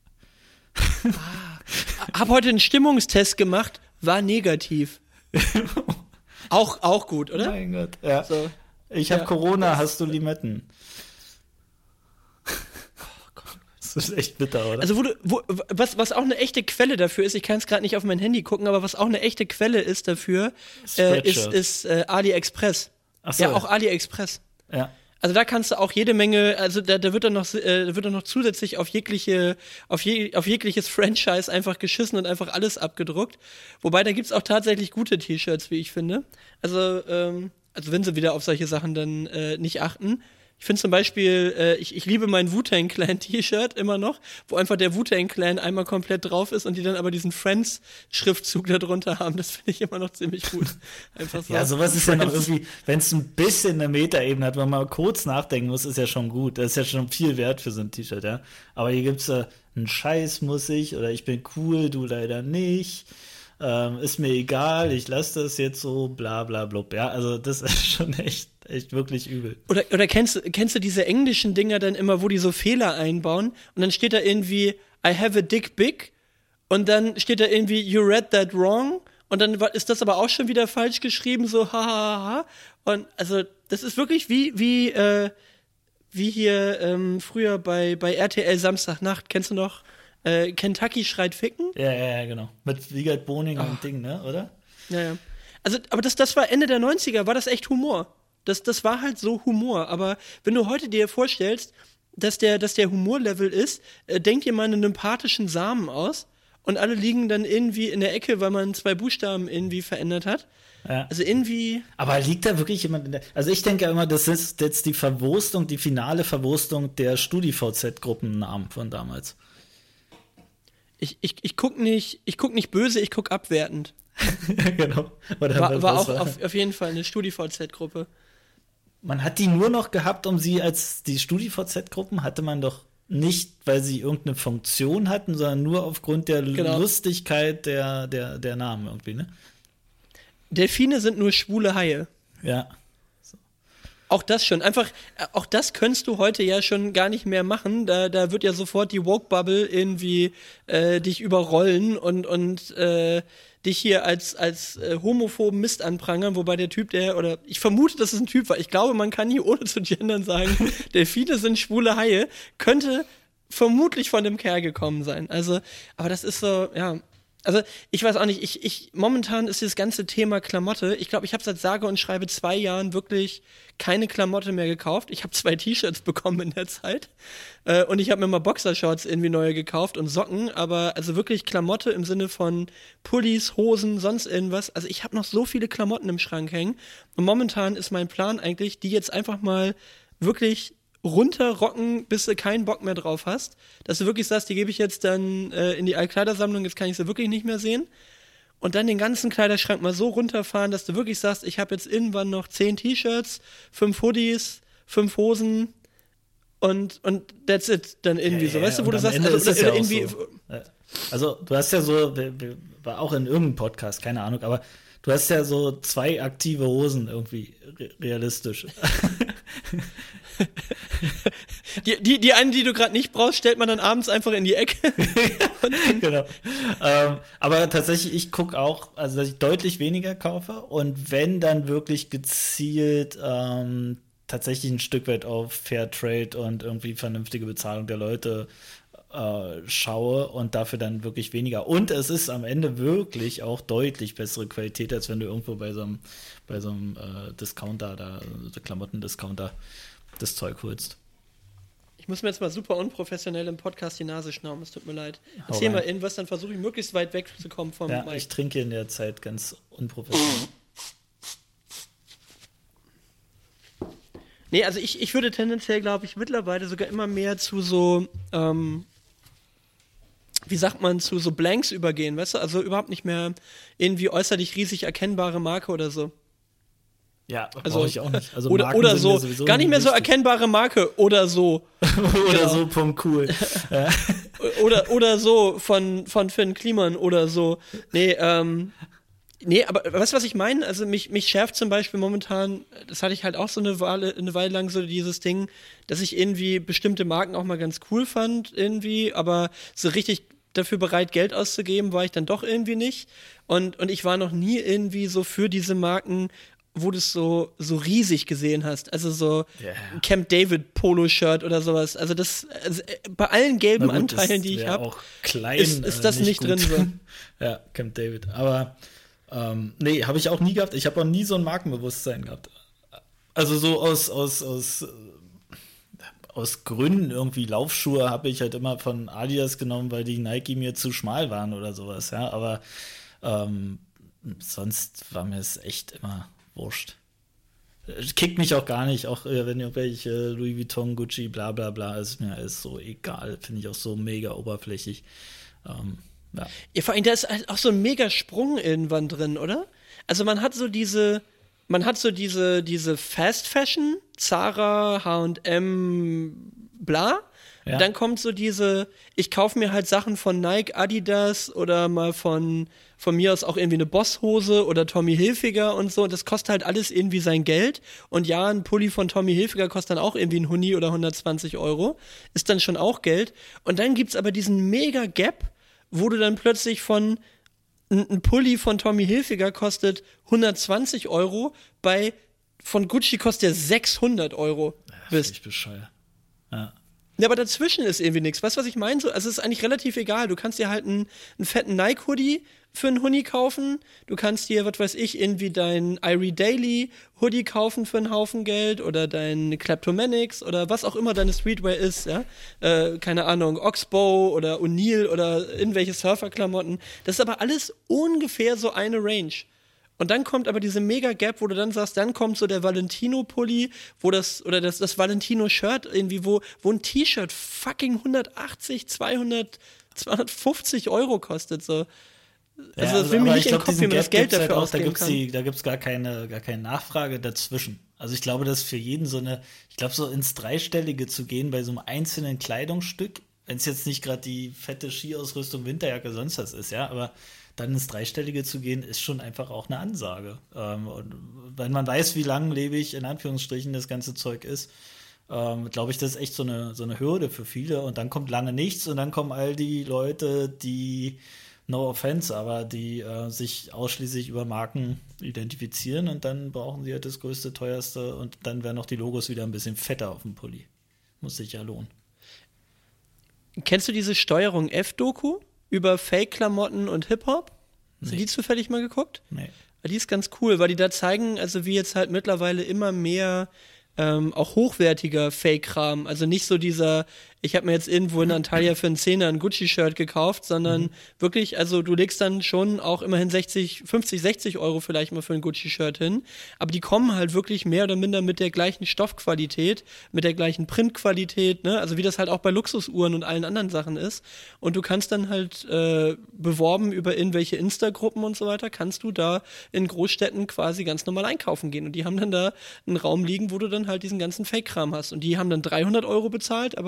Ah, hab heute einen Stimmungstest gemacht, war negativ. auch, auch gut, oder? Mein Gott, ja. So. Ich habe Ja. Corona, hast du Limetten? Das ist echt bitter, oder? Also wo du, wo, was, was auch eine echte Quelle dafür ist, ich kann es gerade nicht auf mein Handy gucken, aber was auch eine echte Quelle ist dafür, äh, ist, ist äh, AliExpress. Ach so. Ja, auch AliExpress. Ja. Also da kannst du auch jede Menge, also da, da wird dann noch, äh, da wird dann noch zusätzlich auf jegliche, auf, je, auf jegliches Franchise einfach geschissen und einfach alles abgedruckt. Wobei da gibt's auch tatsächlich gute T-Shirts, wie ich finde. Also, ähm, also wenn sie wieder auf solche Sachen dann äh, nicht achten. Ich finde zum Beispiel, äh, ich, ich liebe mein Wu-Tang Clan T-Shirt immer noch, wo einfach der Wu-Tang Clan einmal komplett drauf ist und die dann aber diesen Friends-Schriftzug da drunter haben. Das finde ich immer noch ziemlich gut. Einfach so. Ja, sowas ist ja noch irgendwie, wenn es ein bisschen eine Metaebene hat, wenn man mal kurz nachdenken muss, ist ja schon gut. Das ist ja schon viel wert für so ein T-Shirt, ja. Aber hier gibt's äh, einen Scheiß muss ich oder ich bin cool, du leider nicht. Ähm, ist mir egal, ich lasse das jetzt so, bla bla blub. Ja, also das ist schon echt, echt wirklich übel. Oder, oder kennst, kennst du diese englischen Dinger dann immer, wo die so Fehler einbauen und dann steht da irgendwie I have a dick big und dann steht da irgendwie you read that wrong und dann ist das aber auch schon wieder falsch geschrieben, so ha ha ha. Und also das ist wirklich wie, wie, äh, wie hier ähm, früher bei, bei R T L Samstagnacht, kennst du noch? Äh, Kentucky schreit ficken? Ja, ja, ja, genau. Mit Wiegald Boning Ach. und Ding, ne, oder? Ja, ja. Also, aber das, das war Ende der neunziger, war das echt Humor. Das, das war halt so Humor. Aber wenn du heute dir vorstellst, dass der, dass der Humorlevel ist, äh, denk dir mal einen empathischen Samen aus und alle liegen dann irgendwie in der Ecke, weil man zwei Buchstaben irgendwie verändert hat. Ja. Also irgendwie. Aber liegt da wirklich jemand in der. Also ich denke ja immer, das ist jetzt die Verwurstung, die finale Verwurstung der StudiVZ-Gruppennamen von damals. Ich, ich, ich guck nicht, ich guck nicht böse, ich guck abwertend. Genau. Oder War, was war auch war? auf, auf jeden Fall eine StudiVZ-Gruppe. Man hat die nur noch gehabt, um sie als die StudiVZ-Gruppen hatte man doch nicht, weil sie irgendeine Funktion hatten, sondern nur aufgrund der Genau. Lustigkeit der, der, der Namen irgendwie, ne? Delfine sind nur schwule Haie. Ja. Auch das schon. Einfach, äh, auch das könntest du heute ja schon gar nicht mehr machen. Da, da wird ja sofort die Woke-Bubble irgendwie äh, dich überrollen und, und äh, dich hier als, als äh, homophoben Mist anprangern, wobei der Typ, der, oder ich vermute, dass es ein Typ war. Ich glaube, man kann hier ohne zu gendern sagen, Delfine sind schwule Haie, könnte vermutlich von dem Kerl gekommen sein. Also, aber das ist so, ja. Also, ich weiß auch nicht, ich, ich, momentan ist das ganze Thema Klamotte, ich glaube, ich habe seit sage und schreibe zwei Jahren wirklich keine Klamotte mehr gekauft. Ich habe zwei T-Shirts bekommen in der Zeit. Äh, und ich habe mir mal Boxershorts irgendwie neue gekauft und Socken, aber also wirklich Klamotte im Sinne von Pullis, Hosen, sonst irgendwas. Also ich habe noch so viele Klamotten im Schrank hängen. Und momentan ist mein Plan eigentlich, die jetzt einfach mal wirklich runterrocken, bis du keinen Bock mehr drauf hast. Dass du wirklich sagst, die gebe ich jetzt dann äh, in die Altkleidersammlung, jetzt kann ich sie wirklich nicht mehr sehen. Und dann den ganzen Kleiderschrank mal so runterfahren, dass du wirklich sagst, ich habe jetzt irgendwann noch zehn T-Shirts, fünf Hoodies, fünf Hosen und, und that's it. Dann irgendwie Ja, so. ja, Weißt du, wo und du am sagst, Ende also, ist es ja auch irgendwie. so. Also, du hast ja so, war auch in irgendeinem Podcast, keine Ahnung, aber du hast ja so zwei aktive Hosen irgendwie re- realistisch. Die, die, die eine, die du gerade nicht brauchst, stellt man dann abends einfach in die Ecke. Genau. Ähm, aber tatsächlich, ich gucke auch, also dass ich deutlich weniger kaufe und wenn dann wirklich gezielt ähm, tatsächlich ein Stück weit auf Fairtrade und irgendwie vernünftige Bezahlung der Leute äh, schaue und dafür dann wirklich weniger. Und es ist am Ende wirklich auch deutlich bessere Qualität, als wenn du irgendwo bei so einem, bei so einem äh, Discounter, da, so Klamotten-Discounter, das Zeug holst. Ich muss mir jetzt mal super unprofessionell im Podcast die Nase schnauben, es tut mir leid. Hau Erzähl mal rein. irgendwas, dann versuche ich möglichst weit wegzukommen vom Ja, Mic. ich trinke in der Zeit ganz unprofessionell. Nee, also ich, ich würde tendenziell, glaube ich, mittlerweile sogar immer mehr zu so, ähm, wie sagt man, zu so Blanks übergehen, weißt du? Also überhaupt nicht mehr irgendwie äußerlich riesig erkennbare Marke oder so. Ja, Also, brauche ich auch nicht. Also oder Marken oder sind so, mir sowieso gar nicht mehr so wichtig. erkennbare Marke oder so. Oder Genau. so, Punkt cool. Ja. Oder, oder so von, von Finn Kliman oder so. Nee, ähm, nee, aber weißt du, was ich meine? Also mich, mich schärft zum Beispiel momentan, das hatte ich halt auch so eine Weile, eine Weile lang so dieses Ding, dass ich irgendwie bestimmte Marken auch mal ganz cool fand irgendwie, aber so richtig dafür bereit, Geld auszugeben, war ich dann doch irgendwie nicht. Und, und ich war noch nie irgendwie so für diese Marken, wo du es so, so riesig gesehen hast. Also so Yeah. ein Camp David Polo-Shirt oder sowas. Also das, also äh, bei allen gelben Na gut, Anteilen, das die ich wär habe, auch klein, ist, ist äh, das nicht, gut. drin so. Ja, Camp David. Aber ähm, nee, habe ich auch nie gehabt. Ich habe auch nie so ein Markenbewusstsein gehabt. Also so aus, aus, aus, äh, aus Gründen irgendwie Laufschuhe habe ich halt immer von Adidas genommen, weil die Nike mir zu schmal waren oder sowas, ja. Aber ähm, sonst war mir es echt immer wurscht. Kickt mich auch gar nicht, auch äh, wenn irgendwelche Louis Vuitton, Gucci, bla bla bla, ist mir alles so egal. Finde ich auch so mega oberflächlich. Ähm, ja. Ja, vor allem, da ist halt auch so ein mega Sprung irgendwann drin, oder? Also man hat so diese, man hat so diese, diese Fast Fashion, Zara, H und M, bla. Ja. Dann kommt so diese, ich kaufe mir halt Sachen von Nike, Adidas oder mal von, von mir aus auch irgendwie eine Bosshose oder Tommy Hilfiger und so. Und das kostet halt alles irgendwie sein Geld. Und ja, ein Pulli von Tommy Hilfiger kostet dann auch irgendwie ein Huni oder hundertzwanzig Euro. Ist dann schon auch Geld. Und dann gibt's aber diesen mega Gap, wo du dann plötzlich von ein, ein Pulli von Tommy Hilfiger kostet hundertzwanzig Euro, bei von Gucci kostet der sechshundert Euro. Ja, bist. finde ich bescheuert. Ja. Ja, aber dazwischen ist irgendwie nichts. Weißt du, was ich meine? So, also es ist eigentlich relativ egal. Du kannst dir halt einen, einen fetten Nike-Hoodie für einen Huni kaufen. Du kannst dir, was weiß ich, irgendwie dein Irie Daily Hoodie kaufen für einen Haufen Geld oder dein Kleptomanics oder was auch immer deine Streetwear ist, ja. Äh, keine Ahnung, Oxbow oder O'Neill oder irgendwelche Surferklamotten. Das ist aber alles ungefähr so eine Range. Und dann kommt aber diese Mega-Gap, wo du dann sagst, dann kommt so der Valentino-Pulli, wo das, oder das, das Valentino-Shirt irgendwie, wo, wo ein T-Shirt fucking hundertachtzig, zweihundert, zweihundertfünfzig Euro kostet, so. Also, Ja, das will mir aber nicht ich in den glaub, Kopf, diesen wie man das Gap Geld gibt's halt dafür auch, da ausgeben gibt's kann. die, da gibt's gar keine, gar keine Nachfrage dazwischen. Also ich glaube, dass für jeden so eine, ich glaube, so ins Dreistellige zu gehen bei so einem einzelnen Kleidungsstück, wenn es jetzt nicht gerade die fette Skiausrüstung, Winterjacke, sonst was ist, ja, aber dann ins Dreistellige zu gehen, ist schon einfach auch eine Ansage. Ähm, und wenn man weiß, wie langlebig in Anführungsstrichen das ganze Zeug ist, ähm, glaube ich, das ist echt so eine, so eine Hürde für viele. Und dann kommt lange nichts und dann kommen all die Leute, die, no offense, aber die äh, sich ausschließlich über Marken identifizieren und dann brauchen sie halt das größte, teuerste und dann werden auch die Logos wieder ein bisschen fetter auf dem Pulli. Muss sich ja lohnen. Kennst du diese Steuerung F-Doku über Fake-Klamotten und Hip-Hop? Hast du Nee. die zufällig mal geguckt? Nee. Die ist ganz cool, weil die da zeigen, also wie jetzt halt mittlerweile immer mehr ähm, auch hochwertiger Fake-Kram, also nicht so dieser, ich habe mir jetzt irgendwo in Antalya für einen Zehner ein Gucci-Shirt gekauft, sondern mhm. wirklich, also du legst dann schon auch immerhin sechzig, fünfzig, sechzig Euro vielleicht mal für ein Gucci-Shirt hin, aber die kommen halt wirklich mehr oder minder mit der gleichen Stoffqualität, mit der gleichen Printqualität, ne, also wie das halt auch bei Luxusuhren und allen anderen Sachen ist, und du kannst dann halt äh, beworben über irgendwelche Insta-Gruppen und so weiter, kannst du da in Großstädten quasi ganz normal einkaufen gehen und die haben dann da einen Raum liegen, wo du dann halt diesen ganzen Fake-Kram hast und die haben dann dreihundert Euro bezahlt, aber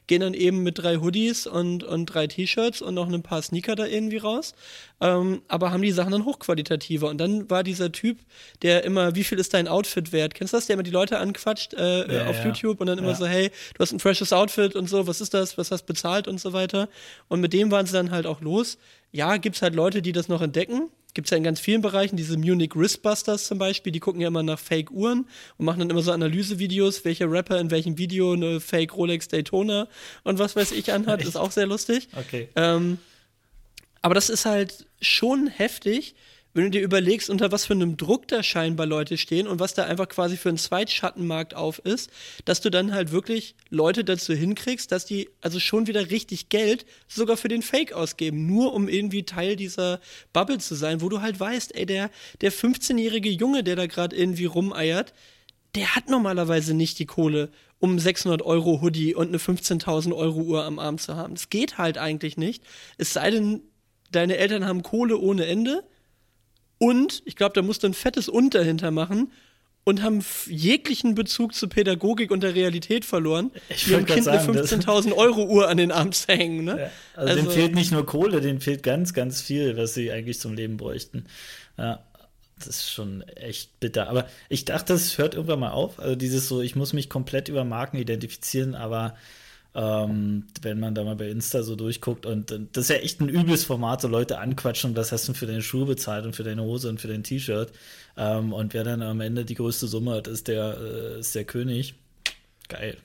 gehen dann eben mit drei Hoodies und, und drei T-Shirts und noch ein paar Sneaker da irgendwie raus, ähm, aber haben die Sachen dann hochqualitativer. Und dann war dieser Typ, der immer, wie viel ist dein Outfit wert? Kennst du das? Der immer die Leute anquatscht äh, Ja, auf ja. YouTube und dann immer Ja. so, hey, du hast ein freshes Outfit und so, was ist das? Was hast du bezahlt und so weiter. Und mit dem waren sie dann halt auch los. Ja, gibt's halt Leute, die das noch entdecken. Gibt's ja in ganz vielen Bereichen, diese Munich Wristbusters zum Beispiel, die gucken ja immer nach Fake-Uhren und machen dann immer so Analysevideos, welcher Rapper in welchem Video eine Fake Rolex Daytona und was weiß ich anhat, ist auch sehr lustig. Okay. Ähm, aber das ist halt schon heftig, wenn du dir überlegst, unter was für einem Druck da scheinbar Leute stehen und was da einfach quasi für ein Zweitschattenmarkt auf ist, dass du dann halt wirklich Leute dazu hinkriegst, dass die also schon wieder richtig Geld sogar für den Fake ausgeben, nur um irgendwie Teil dieser Bubble zu sein, wo du halt weißt, ey, der, der fünfzehnjährige Junge, der da gerade irgendwie rumeiert, der hat normalerweise nicht die Kohle, um einen sechshundert Euro Hoodie und eine fünfzehntausend Euro Uhr am Arm zu haben. Das geht halt eigentlich nicht. Es sei denn, deine Eltern haben Kohle ohne Ende. Und ich glaube, da musst du ein fettes Und dahinter machen und haben f- jeglichen Bezug zur Pädagogik und der Realität verloren, Ich ihrem wollt grad Kind eine sagen, das- fünfzehntausend Euro Uhr an den Arm zu hängen. Ne? Ja, also, denen fehlt nicht nur Kohle, denen fehlt ganz, ganz viel, was sie eigentlich zum Leben bräuchten. Ja, das ist schon echt bitter. Aber ich dachte, es hört irgendwann mal auf. Also dieses so, ich muss mich komplett über Marken identifizieren, aber ähm, wenn man da mal bei Insta so durchguckt und äh, das ist ja echt ein übles Format, so Leute anquatschen, was hast du denn für deine Schuhe bezahlt und für deine Hose und für dein T-Shirt. Ähm, und wer dann am Ende die größte Summe hat, ist der, äh, ist der König. Geil.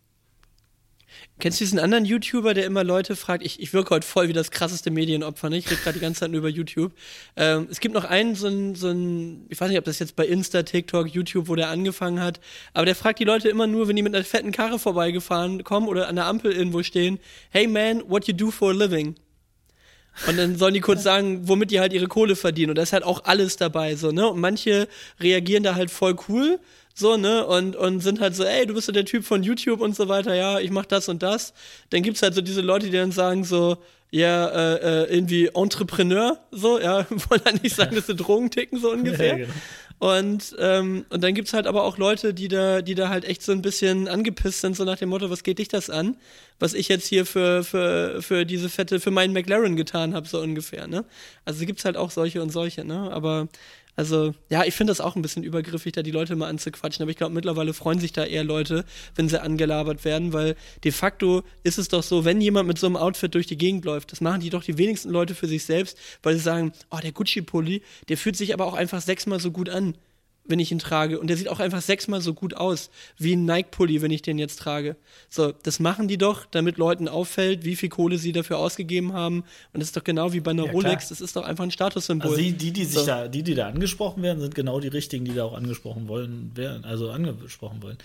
Kennst du diesen anderen YouTuber, der immer Leute fragt, ich, ich wirke heute voll wie das krasseste Medienopfer, ne? Ich rede gerade die ganze Zeit nur über YouTube. Ähm, es gibt noch einen, so ein, so ein, ich weiß nicht, ob das jetzt bei Insta, TikTok, YouTube, wo der angefangen hat, aber der fragt die Leute immer nur, wenn die mit einer fetten Karre vorbeigefahren kommen oder an der Ampel irgendwo stehen, hey man, what you do for a living? Und dann sollen die kurz sagen, womit die halt ihre Kohle verdienen. Und da ist halt auch alles dabei, so, ne? Und manche reagieren da halt voll cool, so, ne? Und, und sind halt so, ey, du bist so der Typ von YouTube und so weiter, ja, ich mach das und das. Dann gibt's halt so diese Leute, die dann sagen so, ja, äh, äh, irgendwie Entrepreneur, so, ja, wollen halt nicht sagen, dass sie Drogen ticken, so ungefähr. Ja, genau. Und, ähm, und dann gibt's halt aber auch Leute, die da, die da halt echt so ein bisschen angepisst sind, so nach dem Motto, was geht dich das an? Was ich jetzt hier für, für, für diese fette, für meinen McLaren getan habe, so ungefähr, ne? Also gibt's halt auch solche und solche, ne? Aber, also, ja, ich finde das auch ein bisschen übergriffig, da die Leute mal anzuquatschen, aber ich glaube, mittlerweile freuen sich da eher Leute, wenn sie angelabert werden, weil de facto ist es doch so, wenn jemand mit so einem Outfit durch die Gegend läuft, das machen die doch die wenigsten Leute für sich selbst, weil sie sagen, oh, der Gucci-Pulli, der fühlt sich aber auch einfach sechsmal so gut an, wenn ich ihn trage. Und der sieht auch einfach sechsmal so gut aus, wie ein Nike-Pulli, wenn ich den jetzt trage. So, das machen die doch, damit Leuten auffällt, wie viel Kohle sie dafür ausgegeben haben. Und das ist doch genau wie bei einer Ja, Rolex, klar. das ist doch einfach ein Statussymbol. Also die, die, die sich So. da, die, die da angesprochen werden, sind genau die richtigen, die da auch angesprochen wollen, werden, also angesprochen wollen.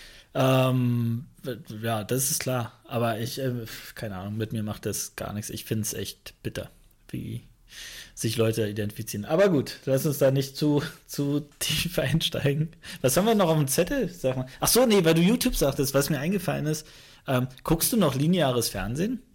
Ähm, ja, das ist klar. Aber ich, äh, keine Ahnung, mit mir macht das gar nichts. Ich finde es echt bitter, wie sich Leute identifizieren. Aber gut, lass uns da nicht zu, zu tief einsteigen. Was haben wir noch auf dem Zettel? Sag mal. Ach so, nee, weil du YouTube sagtest, was mir eingefallen ist. Ähm, guckst du noch lineares Fernsehen?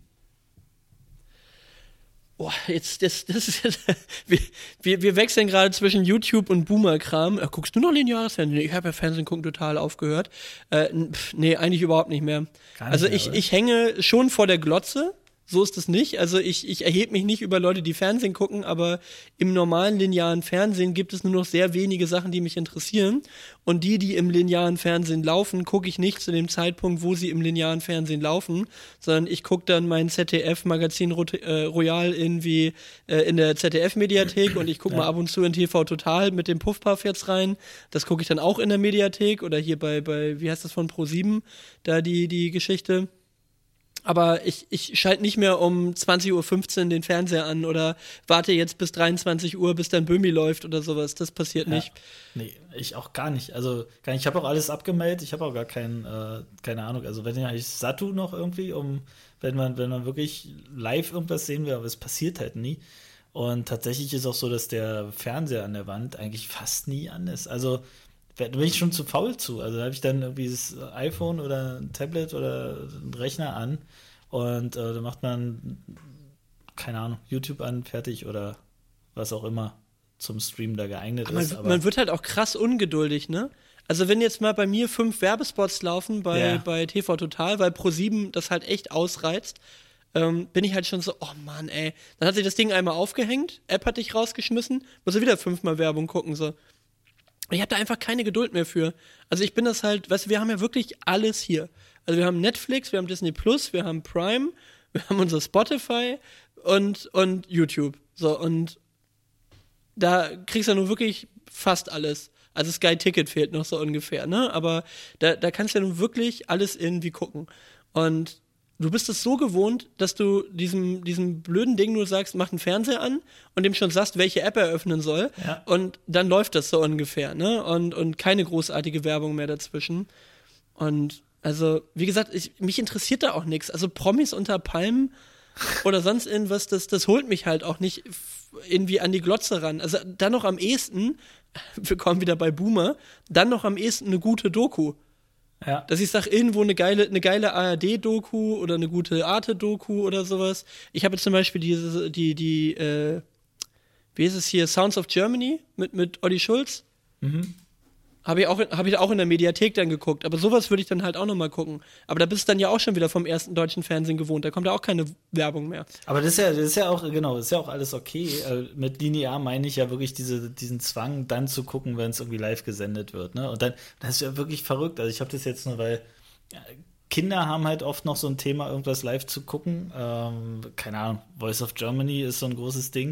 Boah, jetzt, das, das ist jetzt, wir, wir, wir wechseln gerade zwischen YouTube und Boomer-Kram. Äh, guckst du noch lineares Fernsehen? Nee, ich habe ja Fernsehen gucken total aufgehört. Äh, n- pf, nee, eigentlich überhaupt nicht mehr. Gar nicht also mehr, ich, oder? ich hänge schon vor der Glotze. So ist es nicht. Also ich, ich erhebe mich nicht über Leute, die Fernsehen gucken, aber im normalen linearen Fernsehen gibt es nur noch sehr wenige Sachen, die mich interessieren. Und die, die im linearen Fernsehen laufen, gucke ich nicht zu dem Zeitpunkt, wo sie im linearen Fernsehen laufen, sondern ich gucke dann mein Z D F-Magazin Ro- äh, Royal irgendwie äh, in der Z D F-Mediathek und ich gucke Ja. mal ab und zu in T V Total mit dem Puffpuff jetzt rein. Das gucke ich dann auch in der Mediathek oder hier bei, bei wie heißt das von Pro sieben, da die, die Geschichte. Aber ich, ich schalte nicht mehr um zwanzig Uhr fünfzehn den Fernseher an oder warte jetzt bis dreiundzwanzig Uhr, bis dann Böhmi läuft oder sowas. Das passiert Ja. nicht. Nee, ich auch gar nicht. Also, gar nicht. Ich habe auch alles abgemeldet. Ich habe auch gar kein, äh, keine Ahnung. Also, wenn ja ich Satu noch irgendwie, um, wenn man, wenn man wirklich live irgendwas sehen will, aber es passiert halt nie. Und tatsächlich ist auch so, dass der Fernseher an der Wand eigentlich fast nie an ist. Also, da bin ich schon zu faul zu. Also, da habe ich dann irgendwie das iPhone oder ein Tablet oder einen Rechner an und äh, da macht man, keine Ahnung, YouTube an, fertig oder was auch immer zum Stream da geeignet Aber ist. man, Aber man wird halt auch krass ungeduldig, ne? Also wenn jetzt mal bei mir fünf Werbespots laufen bei, Ja. bei T V Total, weil ProSieben das halt echt ausreizt, ähm, bin ich halt schon so, oh Mann, ey. Dann hat sich das Ding einmal aufgehängt, App hat dich rausgeschmissen, muss er wieder fünfmal Werbung gucken, so. Ich habe da einfach keine Geduld mehr für. Also ich bin das halt, weißt du, wir haben ja wirklich alles hier. Also wir haben Netflix, wir haben Disney Plus, wir haben Prime, wir haben unser Spotify und, und YouTube. So, und da kriegst du ja nun wirklich fast alles. Also Sky Ticket fehlt noch so ungefähr, ne? Aber da, da kannst du ja nun wirklich alles irgendwie gucken. Und du bist es so gewohnt, dass du diesem, diesem blöden Ding nur sagst, mach einen Fernseher an und dem schon sagst, welche App er öffnen soll. Ja. Und dann läuft das so ungefähr, ne? Und, und keine großartige Werbung mehr dazwischen. Und also, wie gesagt, ich, mich interessiert da auch nichts. Also Promis unter Palmen oder sonst irgendwas, das, das holt mich halt auch nicht f- irgendwie an die Glotze ran. Also dann noch am ehesten, wir kommen wieder bei Boomer, dann noch am ehesten eine gute Doku. Ja. Dass ich sage, irgendwo eine geile, eine geile A R D-Doku oder eine gute Arte-Doku oder sowas. Ich habe jetzt zum Beispiel diese, die, die, äh, wie ist es hier, Sounds of Germany mit, mit Olli Schulz. Mhm. Habe ich, auch, hab ich auch in der Mediathek dann geguckt. Aber sowas würde ich dann halt auch nochmal gucken. Aber da bist du dann ja auch schon wieder vom ersten deutschen Fernsehen gewohnt. Da kommt ja auch keine Werbung mehr. Aber das ist ja, das ist ja auch, genau, das ist ja auch alles okay. Äh, mit linear meine ich ja wirklich diese, diesen Zwang, dann zu gucken, wenn es irgendwie live gesendet wird. Ne? Und dann, das ist ja wirklich verrückt. Also ich habe das jetzt nur, weil ja, Kinder haben halt oft noch so ein Thema, irgendwas live zu gucken. Ähm, keine Ahnung, Voice of Germany ist so ein großes Ding.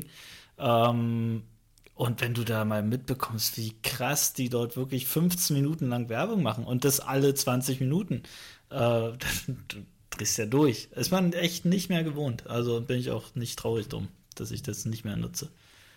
Ähm, Und wenn du da mal mitbekommst, wie krass die dort wirklich fünfzehn Minuten lang Werbung machen und das alle zwanzig Minuten, äh, dann, du drehst ja durch. Ist man echt nicht mehr gewohnt. Also bin ich auch nicht traurig drum, dass ich das nicht mehr nutze.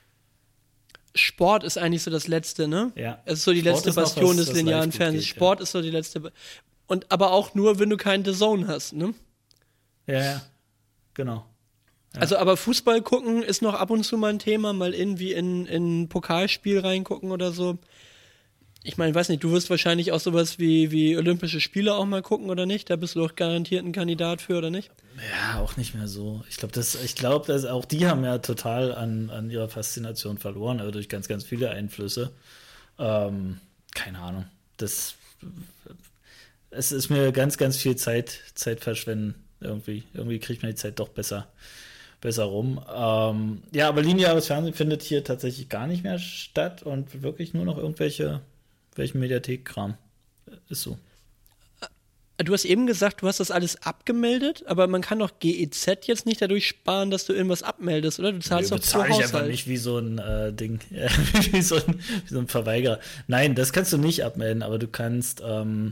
Sport ist eigentlich so das Letzte, ne? Ja. Es ist so die Sport letzte ist noch Bastion was, des was linearen live gut Fernsehens. geht, ja. Sport ist so die letzte. Ba- Und aber auch nur, wenn du keinen The Zone hast, ne? Ja, ja, genau. Ja. Also, aber Fußball gucken ist noch ab und zu mal ein Thema, mal irgendwie in, in ein Pokalspiel reingucken oder so. Ich meine, weiß nicht, du wirst wahrscheinlich auch sowas wie, wie Olympische Spiele auch mal gucken oder nicht? Da bist du doch garantiert ein Kandidat für, oder nicht? Ja, auch nicht mehr so. Ich glaube, das, ich glaube, dass auch die haben ja total an, an ihrer Faszination verloren, aber durch ganz, ganz viele Einflüsse. Ähm, keine Ahnung. Das, es ist mir ganz, ganz viel Zeit, Zeit verschwenden irgendwie. Irgendwie kriegt man die Zeit doch besser, besser rum. Ähm, ja, aber lineares Fernsehen findet hier tatsächlich gar nicht mehr statt und wirklich nur noch irgendwelche, welchen Mediathek-Kram. Ist so. Du hast eben gesagt, du hast das alles abgemeldet, aber man kann doch G E Z jetzt nicht dadurch sparen, dass du irgendwas abmeldest, oder? Du zahlst Nee, doch pro bezahle ich einfach Haushalt. nicht wie so ein äh, Ding, wie, so ein, wie so ein Verweigerer. Nein, das kannst du nicht abmelden, aber du kannst, ähm,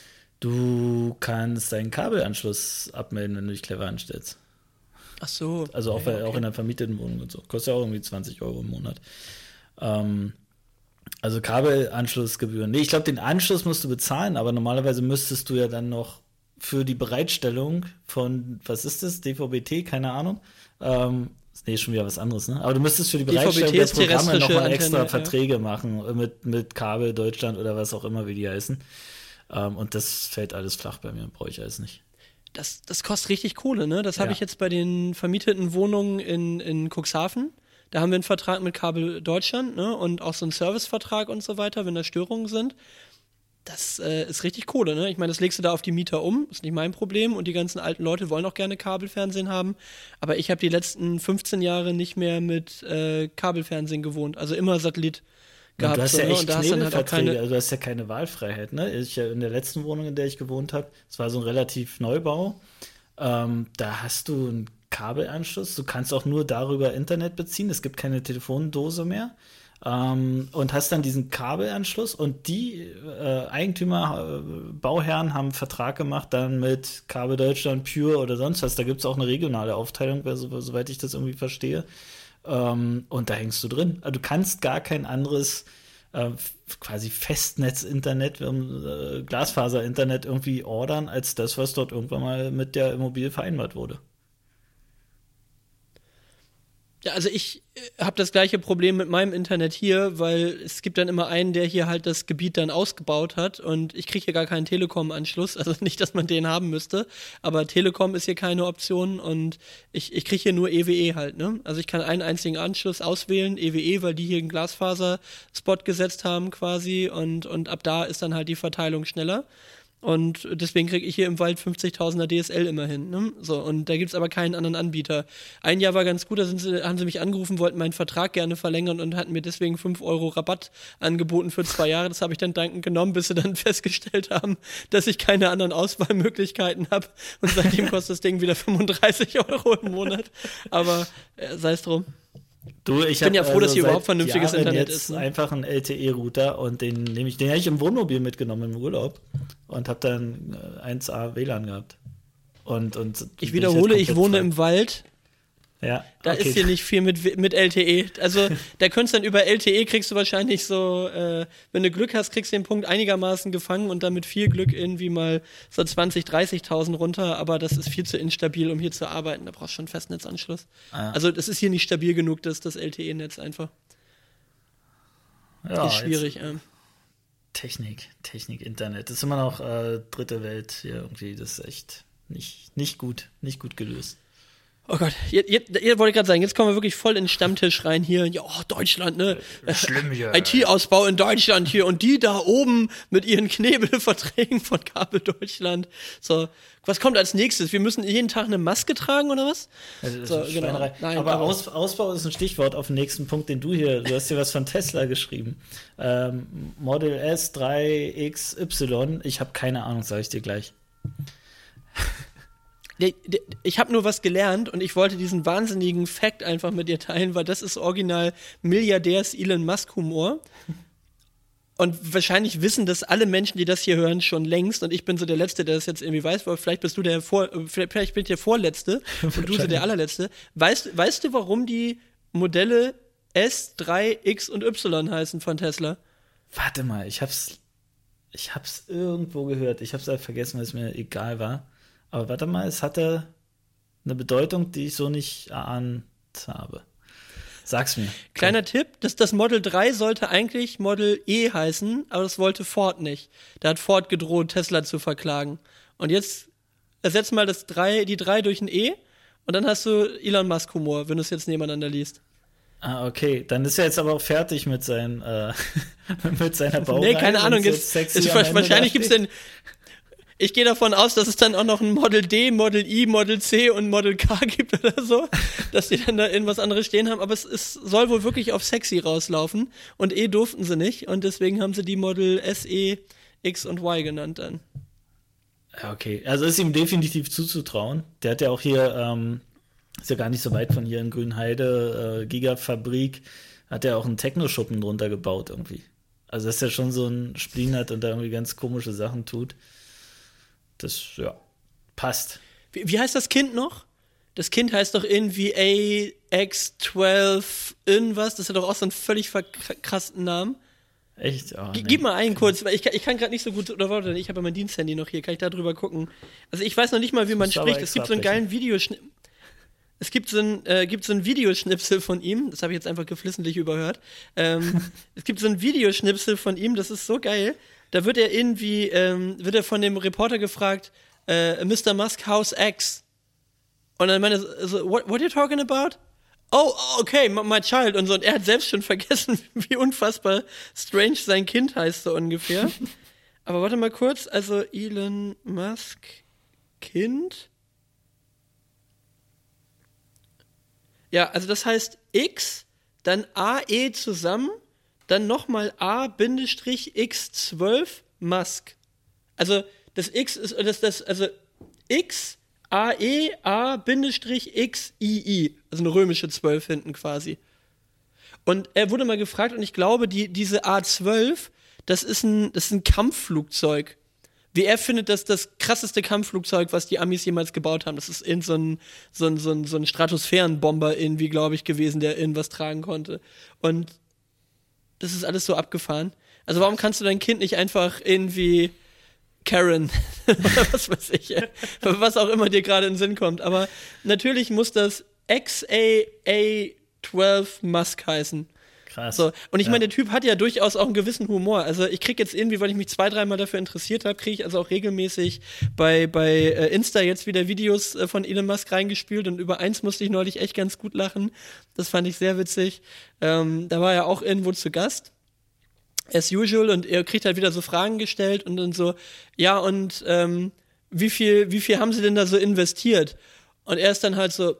du kannst deinen Kabelanschluss abmelden, wenn du dich clever anstellst. Ach so. Also auch, Ja, bei- auch okay. in der vermieteten Wohnung und so. Kostet ja auch irgendwie zwanzig Euro im Monat. Ähm, also Kabelanschlussgebühren. Nee, ich glaube, den Anschluss musst du bezahlen, aber normalerweise müsstest du ja dann noch für die Bereitstellung von, was ist das, D V B T, keine Ahnung. Ähm, nee, ist schon wieder was anderes, ne? Aber du müsstest für die D V B T Bereitstellung der ist Programme terrestrische nochmal extra Antenne, ja. Verträge machen äh, mit, mit Kabel Deutschland oder was auch immer, wie die heißen. Ähm, und das fällt alles flach bei mir, brauche ich alles nicht. Das, das kostet richtig Kohle, ne? Das habe Ja. ich jetzt bei den vermieteten Wohnungen in, in Cuxhaven. Da haben wir einen Vertrag mit Kabel Deutschland, ne? Und auch so einen Servicevertrag und so weiter, wenn da Störungen sind. Das äh, ist richtig Kohle, ne? Ich meine, das legst du da auf die Mieter um, ist nicht mein Problem. Und die ganzen alten Leute wollen auch gerne Kabelfernsehen haben. Aber ich habe die letzten fünfzehn Jahre nicht mehr mit äh, Kabelfernsehen gewohnt. Also immer Satellit gehabt. Und du hast so, ja ne? echt Und da hast dann halt auch Knebelverträge, keine. also du hast ja keine Wahlfreiheit, ne? Ich, ja in der letzten Wohnung, in der ich gewohnt habe, es war so ein relativ Neubau, ähm, da hast du einen Kabelanschluss, du kannst auch nur darüber Internet beziehen, es gibt keine Telefondose mehr, ähm, und hast dann diesen Kabelanschluss und die äh, Eigentümer, äh, Bauherren haben einen Vertrag gemacht dann mit Kabel Deutschland, Pure oder sonst was, da gibt es auch eine regionale Aufteilung, so, soweit ich das irgendwie verstehe. Ähm, und da hängst du drin. Also du kannst gar kein anderes äh, quasi Festnetz-Internet, äh, Glasfaser-Internet irgendwie ordern, als das, was dort irgendwann mal mit der Immobilie vereinbart wurde. Ja, also ich äh, habe das gleiche Problem mit meinem Internet hier, weil es gibt dann immer einen, der hier halt das Gebiet dann ausgebaut hat und ich kriege hier gar keinen Telekom-Anschluss, also nicht, dass man den haben müsste, aber Telekom ist hier keine Option und ich, ich kriege hier nur E W E halt, ne? Also ich kann einen einzigen Anschluss auswählen, E W E, weil die hier einen Glasfaser-Spot gesetzt haben quasi und, und ab da ist dann halt die Verteilung schneller. Und deswegen kriege ich hier im Wald fünfzigtausender D S L immerhin. Ne? So, und da gibt's aber keinen anderen Anbieter. Ein Jahr war ganz gut, da sind sie, haben sie mich angerufen, wollten meinen Vertrag gerne verlängern und hatten mir deswegen fünf Euro Rabatt angeboten für zwei Jahre. Das habe ich dann dankend genommen, bis sie dann festgestellt haben, dass ich keine anderen Auswahlmöglichkeiten habe. Und seitdem kostet das Ding wieder fünfunddreißig Euro im Monat. Aber äh, sei es drum. Du, ich, ich bin ja froh, also dass hier überhaupt vernünftiges Jahren Internet jetzt ist. Ne? Einfach einen L T E-Router und den nehme ich, den habe ich im Wohnmobil mitgenommen im Urlaub und habe dann äh, eins A W L A N gehabt. Und, und ich wiederhole, ich wohne frei. Im Wald. Ja, da okay. ist hier nicht viel mit, mit L T E. Also da könntest dann über L T E kriegst du wahrscheinlich so, äh, wenn du Glück hast, kriegst du den Punkt einigermaßen gefangen und dann mit viel Glück irgendwie mal so zwanzigtausend, dreißigtausend runter, aber das ist viel zu instabil, um hier zu arbeiten. Da brauchst du schon einen Festnetzanschluss. Ah. Also das ist hier nicht stabil genug, das, das L T E-Netz einfach. Ja, ist schwierig. Ähm. Technik, Technik, Internet. Das ist immer noch äh, dritte Welt hier irgendwie. Das ist echt nicht, nicht gut, nicht gut gelöst. Oh Gott, ihr, ihr, ihr wollt gerade sagen, jetzt kommen wir wirklich voll in den Stammtisch rein hier. Ja, oh, Deutschland, ne? Schlimm hier. I T-Ausbau in Deutschland hier und die da oben mit ihren Knebelverträgen von Kabel Deutschland. So, was kommt als nächstes? Wir müssen jeden Tag eine Maske tragen oder was? Also, so, genau. Nein, aber, aber Aus, Ausbau ist ein Stichwort auf den nächsten Punkt, den du hier, du hast hier was von Tesla geschrieben. Ähm, Model S drei X Y, ich habe keine Ahnung, sage ich dir gleich. Ich habe nur was gelernt und ich wollte diesen wahnsinnigen Fact einfach mit dir teilen, weil das ist original Milliardärs Elon Musk Humor. Und wahrscheinlich wissen das alle Menschen, die das hier hören, schon längst. Und ich bin so der Letzte, der das jetzt irgendwie weiß. Weil vielleicht bist du der Vor, vielleicht bin ich der Vorletzte und du so der Allerletzte. Weißt, weißt du, warum die Modelle S, drei, X und Y heißen von Tesla? Warte mal, ich hab's, ich hab's irgendwo gehört. Ich hab's halt vergessen, weil es mir egal war. Aber warte mal, es hatte eine Bedeutung, die ich so nicht erahnt habe. Sag's mir. Kleiner Tipp, das, das Model drei sollte eigentlich Model E heißen, aber das wollte Ford nicht. Da hat Ford gedroht, Tesla zu verklagen. Und jetzt ersetz mal das drei, die drei durch ein E und dann hast du Elon Musk Humor, wenn du es jetzt nebeneinander liest. Ah, okay. Dann ist er jetzt aber auch fertig mit, seinem, äh, mit seiner Baureihe. Nee, keine Ahnung. Jetzt, jetzt wahrscheinlich gibt's denn... Ich gehe davon aus, dass es dann auch noch ein Model D, Model I, Model C und Model K gibt oder so, dass die dann da irgendwas anderes stehen haben. Aber es, es soll wohl wirklich auf sexy rauslaufen. Und E durften sie nicht. Und deswegen haben sie die Model S, E, X und Y genannt dann. Ja, okay. Also ist ihm definitiv zuzutrauen. Der hat ja auch hier, ähm, ist ja gar nicht so weit von hier in Grünheide, äh, Gigafabrik, hat ja auch einen Techno-Schuppen drunter gebaut irgendwie. Also dass er schon so einen Spleen hat und da irgendwie ganz komische Sachen tut. Das, ja, passt. Wie, wie heißt das Kind noch? Das Kind heißt doch irgendwie A X zwölf irgendwas. Das hat doch auch so einen völlig verkrassten Namen. Echt? Oh, G- nee. Gib mal einen kurz, weil ich, ich kann gerade nicht so gut, oder warte, ich habe ja mein Diensthandy noch hier, kann ich da drüber gucken. Also ich weiß noch nicht mal, wie man spricht. Es gibt so einen geilen Videoschnitt. Es gibt so ein, äh, gibt so ein Videoschnipsel von ihm, das habe ich jetzt einfach geflissentlich überhört. Ähm, es gibt so ein Videoschnipsel von ihm, das ist so geil. Da wird er irgendwie, ähm, wird er von dem Reporter gefragt, äh, Mister Musk, how's X? Und dann meine er so, what, what are you talking about? Oh, okay, my, my child. Und so, und er hat selbst schon vergessen, wie unfassbar strange sein Kind heißt, so ungefähr. Aber warte mal kurz, also Elon Musk Kind? Ja, also das heißt X, dann A E zusammen, dann nochmal A X zwölf Musk. Also das X ist, das, das, also X, A E, A X I I. Also eine römische zwölf hinten quasi. Und er wurde mal gefragt, und ich glaube, die, diese A zwölf, das ist ein, das ist ein Kampfflugzeug. Wie er findet, das das krasseste Kampfflugzeug, was die Amis jemals gebaut haben. Das ist in so ein, so ein, so ein, so ein Stratosphärenbomber irgendwie, glaube ich, gewesen, der irgendwas tragen konnte. Und das ist alles so abgefahren. Also warum kannst du dein Kind nicht einfach irgendwie Karen oder was weiß ich, was auch immer dir gerade in den Sinn kommt. Aber natürlich muss das X A A zwölf Musk heißen. Krass. So. Und ich ja. meine, der Typ hat ja durchaus auch einen gewissen Humor. Also ich krieg jetzt irgendwie, weil ich mich zwei, dreimal dafür interessiert habe, kriege ich also auch regelmäßig bei, bei äh, Insta jetzt wieder Videos äh, von Elon Musk reingespielt und über eins musste ich neulich echt ganz gut lachen. Das fand ich sehr witzig. Ähm, da war er auch irgendwo zu Gast. As usual, und er kriegt halt wieder so Fragen gestellt und dann so, ja, und ähm, wie viel, wie viel haben sie denn da so investiert? Und er ist dann halt so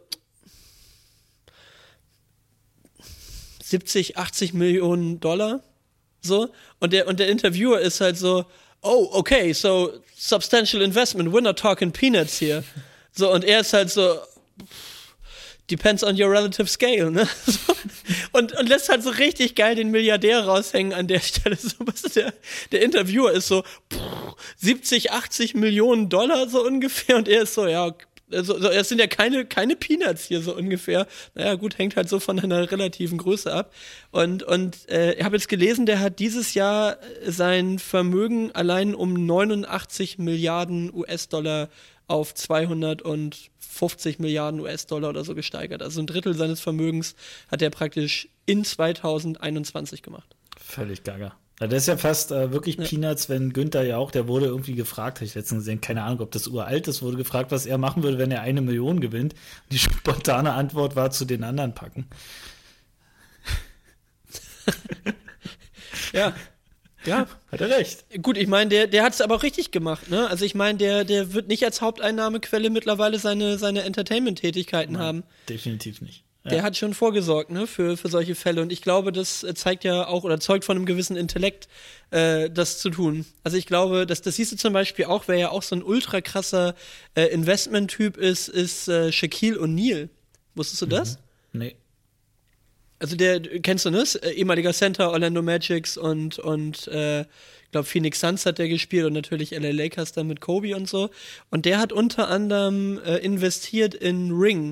siebzig, achtzig Millionen Dollar, so, und der, und der Interviewer ist halt so, oh, okay, so, substantial investment, we're not talking peanuts here. So, und er ist halt so, depends on your relative scale, ne? So, und, und lässt halt so richtig geil den Milliardär raushängen an der Stelle. So, was ist der, der Interviewer ist so, pff, siebzig, achtzig Millionen Dollar so ungefähr, und er ist so, ja, also, so, es sind ja keine, keine Peanuts hier so ungefähr. Naja, gut, hängt halt so von einer relativen Größe ab. Und, und äh, ich habe jetzt gelesen, der hat dieses Jahr sein Vermögen allein um neunundachtzig Milliarden U S-Dollar auf zweihundertfünfzig Milliarden U S-Dollar oder so gesteigert. Also ein Drittel seines Vermögens hat er praktisch in zweitausendeinundzwanzig gemacht. Völlig gaga. Ja, das ist ja fast äh, wirklich ja. Peanuts, wenn Günther ja auch, der wurde irgendwie gefragt, habe ich letztens gesehen, keine Ahnung, ob das uralt ist, wurde gefragt, was er machen würde, wenn er eine Million gewinnt. Die spontane Antwort war, zu den anderen packen. Ja. Ja. Hat er recht. Gut, ich meine, der, der hat es aber auch richtig gemacht, ne? Also ich meine, der, der wird nicht als Haupteinnahmequelle mittlerweile seine, seine Entertainment-Tätigkeiten Nein, haben. Definitiv nicht. Ja. Der hat schon vorgesorgt, ne, für, für solche Fälle. Und ich glaube, das zeigt ja auch oder zeugt von einem gewissen Intellekt, äh, das zu tun. Also ich glaube, das, das siehst du zum Beispiel auch, wer ja auch so ein ultra krasser äh, Investment-Typ ist, ist äh, Shaquille O'Neal. Wusstest du das? Mhm. Nee. Also der, kennst du das? Äh, ehemaliger Center, Orlando Magics und, und äh, ich glaube Phoenix Suns hat der gespielt und natürlich L A Lakers dann mit Kobe und so. Und der hat unter anderem äh, investiert in Ring,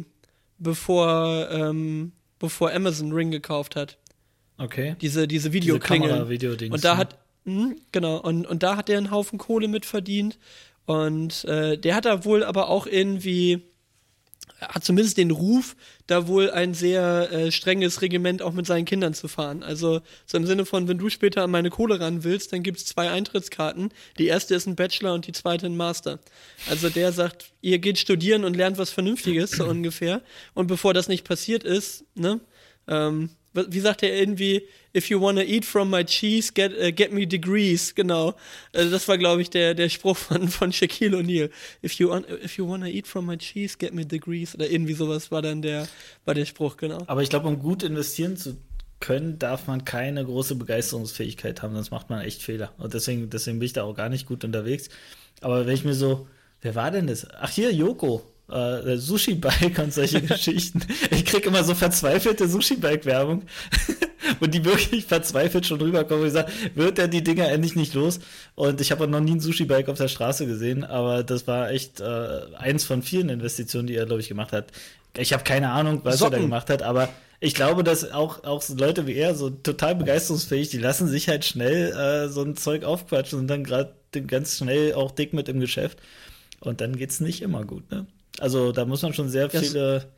bevor, ähm, bevor Amazon Ring gekauft hat. Okay. Diese, diese Videoklingeln. Diese Video-Dings, und da ne? hat, mh, genau, und, und da hat er einen Haufen Kohle mit verdient. Und äh, der hat da wohl aber auch irgendwie, hat zumindest den Ruf, da wohl ein sehr äh, strenges Regiment auch mit seinen Kindern zu fahren. Also so im Sinne von, wenn du später an meine Kohle ran willst, dann gibt's zwei Eintrittskarten. Die erste ist ein Bachelor und die zweite ein Master. Also der sagt, ihr geht studieren und lernt was Vernünftiges, so ungefähr. Und bevor das nicht passiert ist, ne, ähm, wie sagt er irgendwie, if you wanna eat from my cheese, get, uh, get me degrees, genau. Also das war, glaube ich, der, der Spruch von, von Shaquille O'Neal. If you, un, if you wanna eat from my cheese, get me degrees. Oder irgendwie sowas war dann der, war der Spruch, genau. Aber ich glaube, um gut investieren zu können, darf man keine große Begeisterungsfähigkeit haben, sonst macht man echt Fehler. Und deswegen, deswegen bin ich da auch gar nicht gut unterwegs. Aber wenn ich mir so, wer war denn das? Ach hier, Joko. Uh, Sushi-Bike und solche Geschichten. Ich krieg immer so verzweifelte Sushi-Bike-Werbung, wo die wirklich verzweifelt schon rüberkommen und ich sage, wird der die Dinger endlich nicht los? Und ich habe noch nie ein Sushi-Bike auf der Straße gesehen, aber das war echt äh, eins von vielen Investitionen, die er, glaube ich, gemacht hat. Ich habe keine Ahnung, was Socken. er da gemacht hat, aber ich glaube, dass auch, auch so Leute wie er, so total begeisterungsfähig, die lassen sich halt schnell äh, so ein Zeug aufquatschen und dann gerade ganz schnell auch dick mit im Geschäft. Und dann geht's nicht immer gut, ne? Also da muss man schon sehr viele,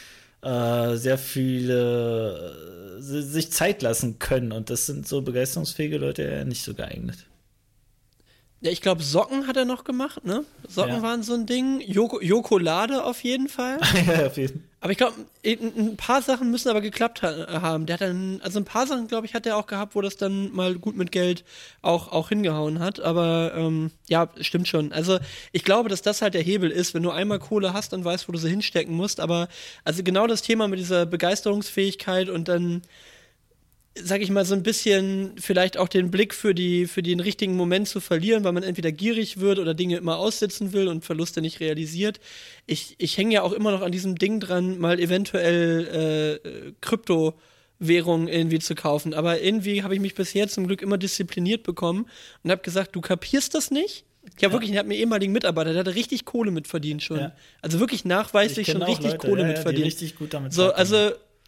äh, sehr viele äh, sich Zeit lassen können. Und das sind so begeisterungsfähige Leute ja nicht so geeignet. Ja, ich glaube, Socken hat er noch gemacht, ne? Socken ja. waren so ein Ding. Joko- Jokolade auf jeden Fall. Ja, auf jeden Fall. Aber ich glaube, ein paar Sachen müssen aber geklappt ha- haben. Der hat dann, also ein paar Sachen, glaube ich, hat er auch gehabt, wo das dann mal gut mit Geld auch, auch hingehauen hat. Aber ähm, ja, stimmt schon. Also ich glaube, dass das halt der Hebel ist, wenn du einmal Kohle hast und weißt, wo du sie hinstecken musst. Aber also genau das Thema mit dieser Begeisterungsfähigkeit und dann, sag ich mal, so ein bisschen vielleicht auch den Blick für die für den richtigen Moment zu verlieren, weil man entweder gierig wird oder Dinge immer aussitzen will und Verluste nicht realisiert. Ich, ich hänge ja auch immer noch an diesem Ding dran, mal eventuell äh, Kryptowährungen irgendwie zu kaufen. Aber irgendwie habe ich mich bisher zum Glück immer diszipliniert bekommen und habe gesagt, du kapierst das nicht? Ich habe ja. wirklich, ich habe einen ehemaligen Mitarbeiter, der hatte richtig Kohle mitverdient schon. Ja. Also wirklich nachweislich schon richtig Leute, Kohle ja, mitverdient. die richtig gut damit so, also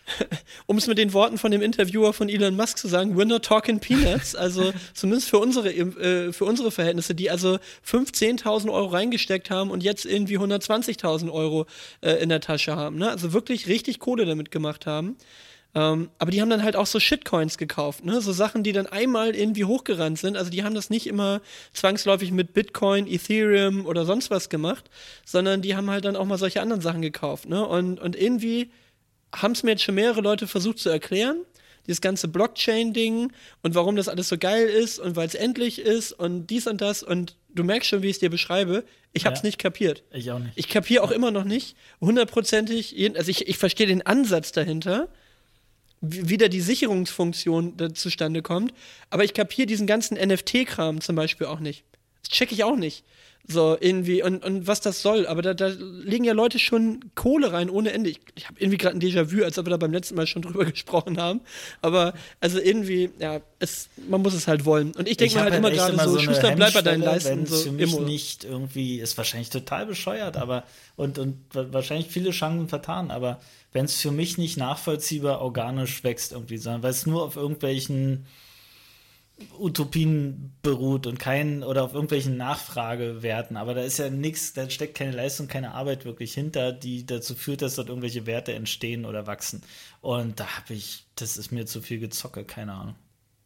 Um es mit den Worten von dem Interviewer von Elon Musk zu sagen, we're not talking peanuts, also zumindest für unsere, äh, für unsere Verhältnisse, die also fünftausend, zehntausend Euro reingesteckt haben und jetzt irgendwie hundertzwanzigtausend Euro äh, in der Tasche haben, ne? Also wirklich richtig Kohle damit gemacht haben. Ähm, aber die haben dann halt auch so Shitcoins gekauft, ne? So Sachen, die dann einmal irgendwie hochgerannt sind. Also die haben das nicht immer zwangsläufig mit Bitcoin, Ethereum oder sonst was gemacht, sondern die haben halt dann auch mal solche anderen Sachen gekauft, ne? Und, und irgendwie haben es mir jetzt schon mehrere Leute versucht zu erklären, dieses ganze Blockchain-Ding und warum das alles so geil ist und weil es endlich ist und dies und das und du merkst schon, wie ich es dir beschreibe, ich hab's ja. nicht kapiert. Ich auch nicht. Ich kapiere auch ja. immer noch nicht, hundertprozentig, also ich, ich verstehe den Ansatz dahinter, wie da die Sicherungsfunktion da zustande kommt, aber ich kapiere diesen ganzen N F T-Kram zum Beispiel auch nicht. Das check ich auch nicht. So, irgendwie, und, und was das soll. Aber da, da legen ja Leute schon Kohle rein ohne Ende. Ich, ich habe irgendwie gerade ein Déjà-vu, als ob wir da beim letzten Mal schon drüber gesprochen haben. Aber, also irgendwie, ja, es, man muss es halt wollen. Und ich denke mir halt, halt immer gerade so, so Schuster, bleib bei deinen Leisten. So für mich immer. Nicht irgendwie, ist wahrscheinlich total bescheuert, aber, und, und wahrscheinlich viele Chancen vertan, aber wenn es für mich nicht nachvollziehbar organisch wächst irgendwie, sondern weil es nur auf irgendwelchen Utopien beruht und kein oder auf irgendwelchen Nachfragewerten, aber da ist ja nichts, da steckt keine Leistung, keine Arbeit wirklich hinter, die dazu führt, dass dort irgendwelche Werte entstehen oder wachsen. Und da habe ich, das ist mir zu viel Gezocke, keine Ahnung.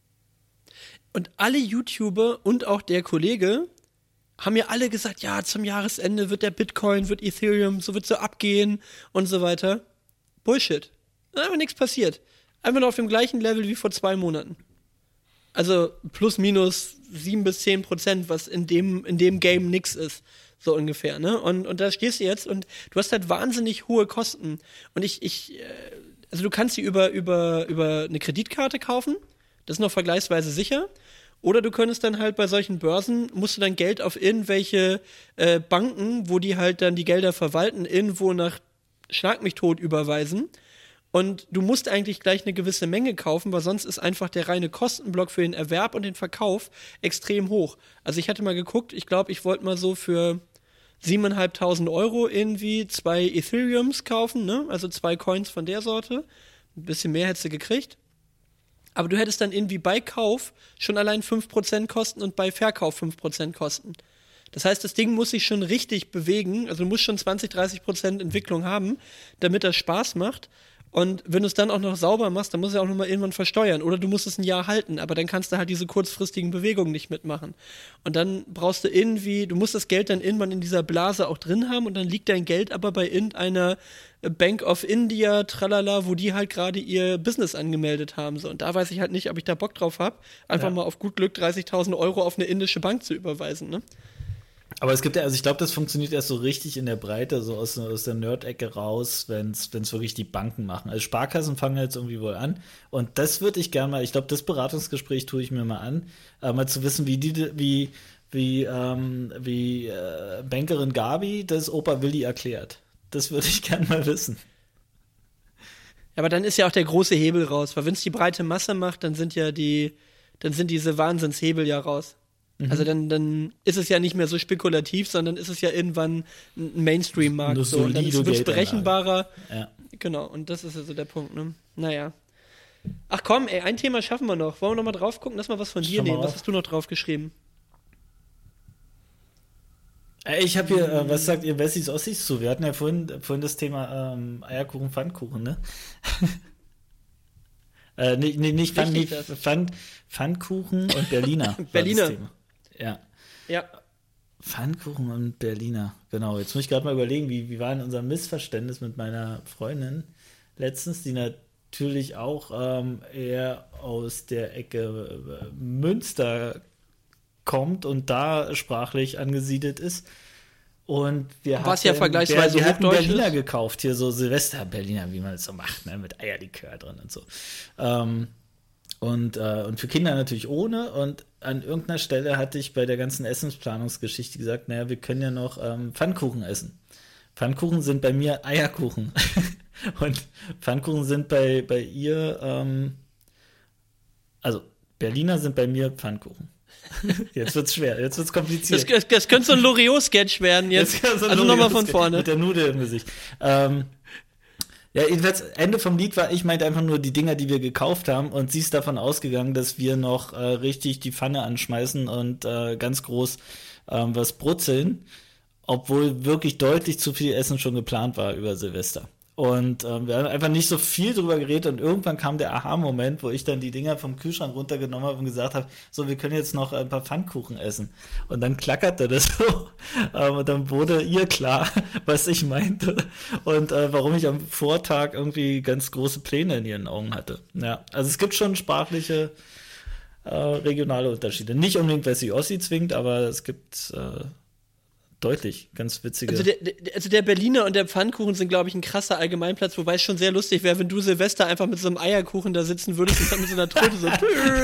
Und alle YouTuber und auch der Kollege haben ja alle gesagt, ja, zum Jahresende wird der Bitcoin, wird Ethereum, so wird so abgehen und so weiter. Bullshit. Da ist einfach nichts passiert. Einfach noch auf dem gleichen Level wie vor zwei Monaten. Also plus minus sieben bis zehn Prozent, was in dem, in dem Game nix ist. So ungefähr, ne? Und, und da stehst du jetzt und du hast halt wahnsinnig hohe Kosten. Und ich, ich, also du kannst sie über, über, über eine Kreditkarte kaufen. Das ist noch vergleichsweise sicher. Oder du könntest dann halt bei solchen Börsen, musst du dann Geld auf irgendwelche äh, Banken, wo die halt dann die Gelder verwalten, irgendwo nach Schlag mich tot überweisen. Und du musst eigentlich gleich eine gewisse Menge kaufen, weil sonst ist einfach der reine Kostenblock für den Erwerb und den Verkauf extrem hoch. Also ich hatte mal geguckt, ich glaube, ich wollte mal so für siebentausendfünfhundert Euro irgendwie zwei Ethereums kaufen, ne? Also zwei Coins von der Sorte. Ein bisschen mehr hättest du gekriegt. Aber du hättest dann irgendwie bei Kauf schon allein fünf Prozent Kosten und bei Verkauf fünf Prozent Kosten. Das heißt, das Ding muss sich schon richtig bewegen. Also du musst schon zwanzig, dreißig Prozent Entwicklung haben, damit das Spaß macht. Und wenn du es dann auch noch sauber machst, dann musst du ja auch nochmal irgendwann versteuern. Oder du musst es ein Jahr halten, aber dann kannst du halt diese kurzfristigen Bewegungen nicht mitmachen. Und dann brauchst du irgendwie, du musst das Geld dann irgendwann in dieser Blase auch drin haben und dann liegt dein Geld aber bei irgendeiner Bank of India, tralala, wo die halt gerade ihr Business angemeldet haben. So. Und da weiß ich halt nicht, ob ich da Bock drauf habe, einfach ja. mal auf gut Glück dreißigtausend Euro auf eine indische Bank zu überweisen, ne? Aber es gibt ja, also ich glaube, das funktioniert erst so richtig in der Breite, so aus, aus der Nerd-Ecke raus, wenn es wirklich die Banken machen. Also Sparkassen fangen jetzt irgendwie wohl an. Und das würde ich gerne mal, ich glaube, das Beratungsgespräch tue ich mir mal an, äh, mal zu wissen, wie die, wie, wie, ähm, wie äh, Bankerin Gabi das Opa Willi erklärt. Das würde ich gerne mal wissen. Ja, aber dann ist ja auch der große Hebel raus, weil wenn es die breite Masse macht, dann sind ja die, dann sind diese Wahnsinnshebel ja raus. Mhm. Also dann, dann ist es ja nicht mehr so spekulativ, sondern ist es ja irgendwann ein Mainstream-Markt. So. Und dann wird es berechenbarer. Ja. Genau, und das ist ja so der Punkt, ne? Naja. Ach komm, ey, ein Thema schaffen wir noch. Wollen wir noch mal drauf gucken? Lass mal was von dir nehmen. Was hast du noch drauf geschrieben? Ich habe hier, äh, was sagt ihr Wessis Ossis zu? Wir hatten ja vorhin, vorhin das Thema ähm, Eierkuchen, Pfannkuchen, ne? äh, nee, nee, nicht Pfann, nee, Pfann, Pfannkuchen und Berliner. Berliner. Ja. Ja. Pfannkuchen und Berliner. Genau. Jetzt muss ich gerade mal überlegen, wie, wie war denn unser Missverständnis mit meiner Freundin letztens, die natürlich auch ähm, eher aus der Ecke äh, Münster kommt und da sprachlich angesiedelt ist. Und wir Was ja vergleichsweise wir, wir hatten Berliner ist. gekauft, hier so Silvester-Berliner, wie man es so macht, ne, mit Eierlikör drin und so. Ähm, und, äh, und für Kinder natürlich ohne. Und an irgendeiner Stelle hatte ich bei der ganzen Essensplanungsgeschichte gesagt, naja, wir können ja noch ähm, Pfannkuchen essen. Pfannkuchen sind bei mir Eierkuchen. Und Pfannkuchen sind bei, bei ihr, ähm, also Berliner sind bei mir Pfannkuchen. Jetzt wird's schwer, jetzt wird's kompliziert. Das, das könnte so ein Loriot-Sketch werden jetzt. jetzt so also nochmal von vorne. Mit der Nudel im Gesicht. Ähm, Ja, jedenfalls, Ende vom Lied war, ich meinte einfach nur die Dinger, die wir gekauft haben und sie ist davon ausgegangen, dass wir noch äh, richtig die Pfanne anschmeißen und äh, ganz groß ähm, was brutzeln, obwohl wirklich deutlich zu viel Essen schon geplant war über Silvester. Und ähm, wir haben einfach nicht so viel drüber geredet und irgendwann kam der Aha-Moment, wo ich dann die Dinger vom Kühlschrank runtergenommen habe und gesagt habe, so, wir können jetzt noch ein paar Pfannkuchen essen. Und dann klackerte das so ähm, und dann wurde ihr klar, was ich meinte und äh, warum ich am Vortag irgendwie ganz große Pläne in ihren Augen hatte. Ja, also es gibt schon sprachliche äh, regionale Unterschiede. Nicht unbedingt, weil sie Ossi zwingt, aber es gibt äh, deutlich, ganz witzige. Also der, der, also der Berliner und der Pfannkuchen sind, glaube ich, ein krasser Allgemeinplatz, wobei es schon sehr lustig wäre, wenn du Silvester einfach mit so einem Eierkuchen da sitzen würdest und dann mit so einer Tröte so,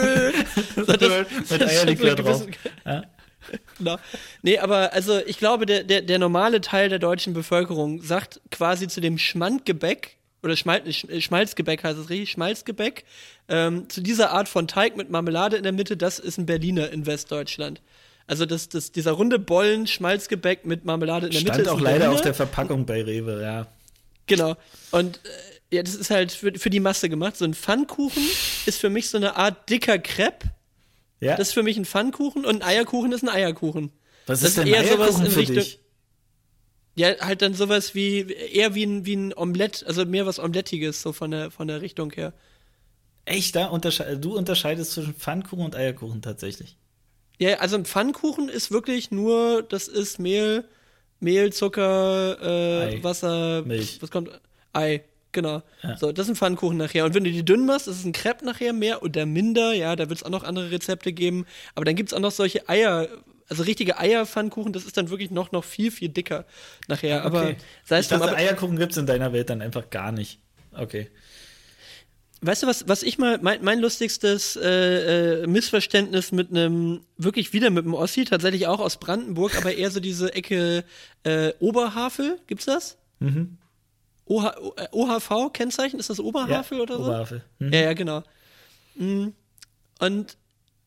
so das, mit Eierlikör drauf. Ja. Genau. Nee, aber also ich glaube, der, der, der normale Teil der deutschen Bevölkerung sagt quasi zu dem Schmandgebäck, oder Schmal, Schmalzgebäck heißt es richtig, Schmalzgebäck, ähm, zu dieser Art von Teig mit Marmelade in der Mitte, das ist ein Berliner in Westdeutschland. Also das, das, dieser runde Bollen, Schmalzgebäck mit Marmelade in der Stand Mitte. Stand auch leider Berliner auf der Verpackung bei Rewe, ja. Genau. Und äh, ja, das ist halt für, für die Masse gemacht. So ein Pfannkuchen ist für mich so eine Art dicker Crepe. Ja. Das ist für mich ein Pfannkuchen und ein Eierkuchen ist ein Eierkuchen. Was das ist denn eher sowas in für Richtung, dich? Ja, halt dann sowas wie, eher wie ein, wie ein Omelett, also mehr was Omelettiges, so von der, von der Richtung her. Echt, da untersche- du unterscheidest zwischen Pfannkuchen und Eierkuchen tatsächlich? Ja, also ein Pfannkuchen ist wirklich nur, das ist Mehl, Mehl, Zucker, äh, Wasser, Milch. Was kommt? Ei, genau. Ja. So, das ist ein Pfannkuchen nachher. Und wenn du die dünn machst, ist es ein Crepe nachher mehr oder minder. Ja, da wird es auch noch andere Rezepte geben. Aber dann gibt es auch noch solche Eier, also richtige Eierpfannkuchen, das ist dann wirklich noch, noch viel, viel dicker nachher. Aber okay. sei es drum, aber Eierkuchen gibt es in deiner Welt dann einfach gar nicht. Okay. Weißt du, was, was ich mal, mein, mein lustigstes äh, äh, Missverständnis mit einem, wirklich wieder mit einem Ossi, tatsächlich auch aus Brandenburg, aber eher so diese Ecke äh, Oberhavel, gibt's das? Mhm. O H V-Kennzeichen, ist das Oberhavel ja, oder so? Oberhavel. Mhm. Ja, ja, genau. Und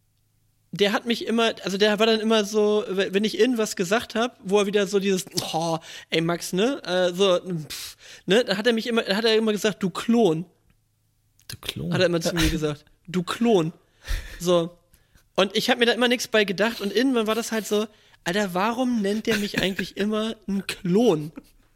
der hat mich immer, also der war dann immer so, wenn ich irgendwas gesagt habe, wo er wieder so dieses, oh, ey Max, ne, äh, so, pff, ne, da hat er mich immer, da hat er immer gesagt, du Klon. Du Klon. Hat er immer zu mir gesagt. Du Klon. So. Und ich habe mir da immer nichts bei gedacht und irgendwann war das halt so, Alter, warum nennt der mich eigentlich immer einen Klon?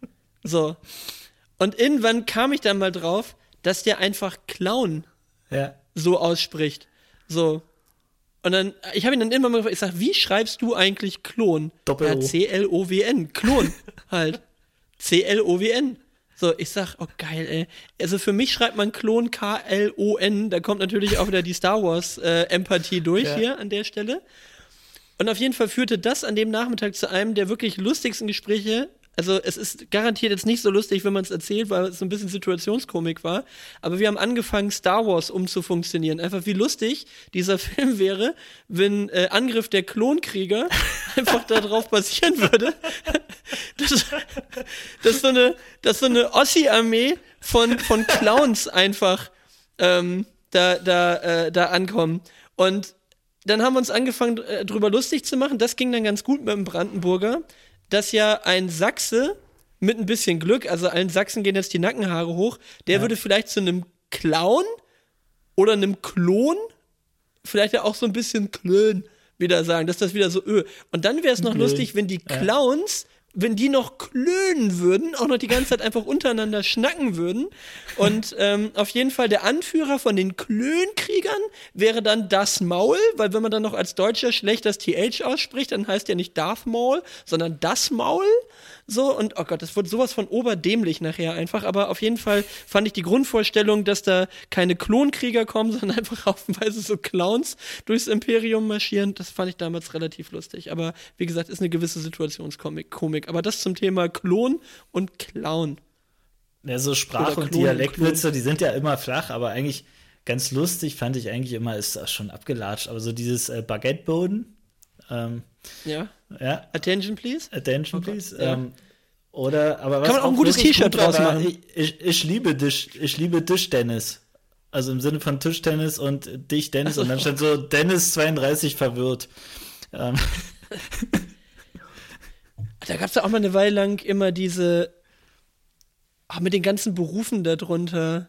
So. Und irgendwann kam ich dann mal drauf, dass der einfach Clown ja. so ausspricht. So. Und dann, ich habe ihn dann immer mal gefragt, ich sag, wie schreibst du eigentlich Klon? Doppel-O. Ja, C L O W N. Klon. halt. C L O W N. So, ich sag, oh geil, ey. Also für mich schreibt man Klon K L O N, da kommt natürlich auch wieder die Star Wars äh, Empathie durch ja. hier an der Stelle. Und auf jeden Fall führte das an dem Nachmittag zu einem der wirklich lustigsten Gespräche. Also es ist garantiert jetzt nicht so lustig, wenn man es erzählt, weil es so ein bisschen Situationskomik war. Aber wir haben angefangen, Star Wars umzufunktionieren. Einfach wie lustig dieser Film wäre, wenn äh, Angriff der Klonkrieger einfach darauf basieren würde, dass, dass so eine, dass so eine Ossi-Armee von, von Clowns einfach ähm, da, da, äh, da ankommen. Und dann haben wir uns angefangen, äh, drüber lustig zu machen. Das ging dann ganz gut mit dem Brandenburger, dass ja ein Sachse mit ein bisschen Glück, also allen Sachsen gehen jetzt die Nackenhaare hoch, der ja. würde vielleicht zu einem Clown oder einem Klon vielleicht ja auch so ein bisschen Klön wieder sagen, dass das wieder so öh. Und dann wäre es noch Klön. lustig, wenn die Clowns, ja. wenn die noch klönen würden, auch noch die ganze Zeit einfach untereinander schnacken würden. Und ähm, auf jeden Fall der Anführer von den Klönkriegern wäre dann das Maul, weil wenn man dann noch als Deutscher schlecht das T H ausspricht, dann heißt ja nicht Darth Maul, sondern das Maul. So, und oh Gott, das wird sowas von oberdämlich nachher einfach. Aber auf jeden Fall fand ich die Grundvorstellung, dass da keine Klonkrieger kommen, sondern einfach haufenweise so Clowns durchs Imperium marschieren, das fand ich damals relativ lustig. Aber wie gesagt, ist eine gewisse Situationskomik. Komik. Aber das zum Thema Klon und Clown. Ja, so Sprach- und Dialektwitze, die sind ja immer flach, aber eigentlich ganz lustig fand ich eigentlich immer, ist das schon abgelatscht, aber so dieses äh, Baguetteboden. Ähm, ja. ja. Attention, please. Attention, okay. please. Ja. Ähm, oder, aber was Kann man auch ein gutes T-Shirt draus machen. Ich, ich, ich liebe dich, ich liebe Tischtennis. Also im Sinne von Tischtennis und dich, Dennis, so. Und dann stand so Dennis zweiunddreißig verwirrt. Ähm. Da gab es ja auch mal eine Weile lang immer diese ach, mit den ganzen Berufen da drunter.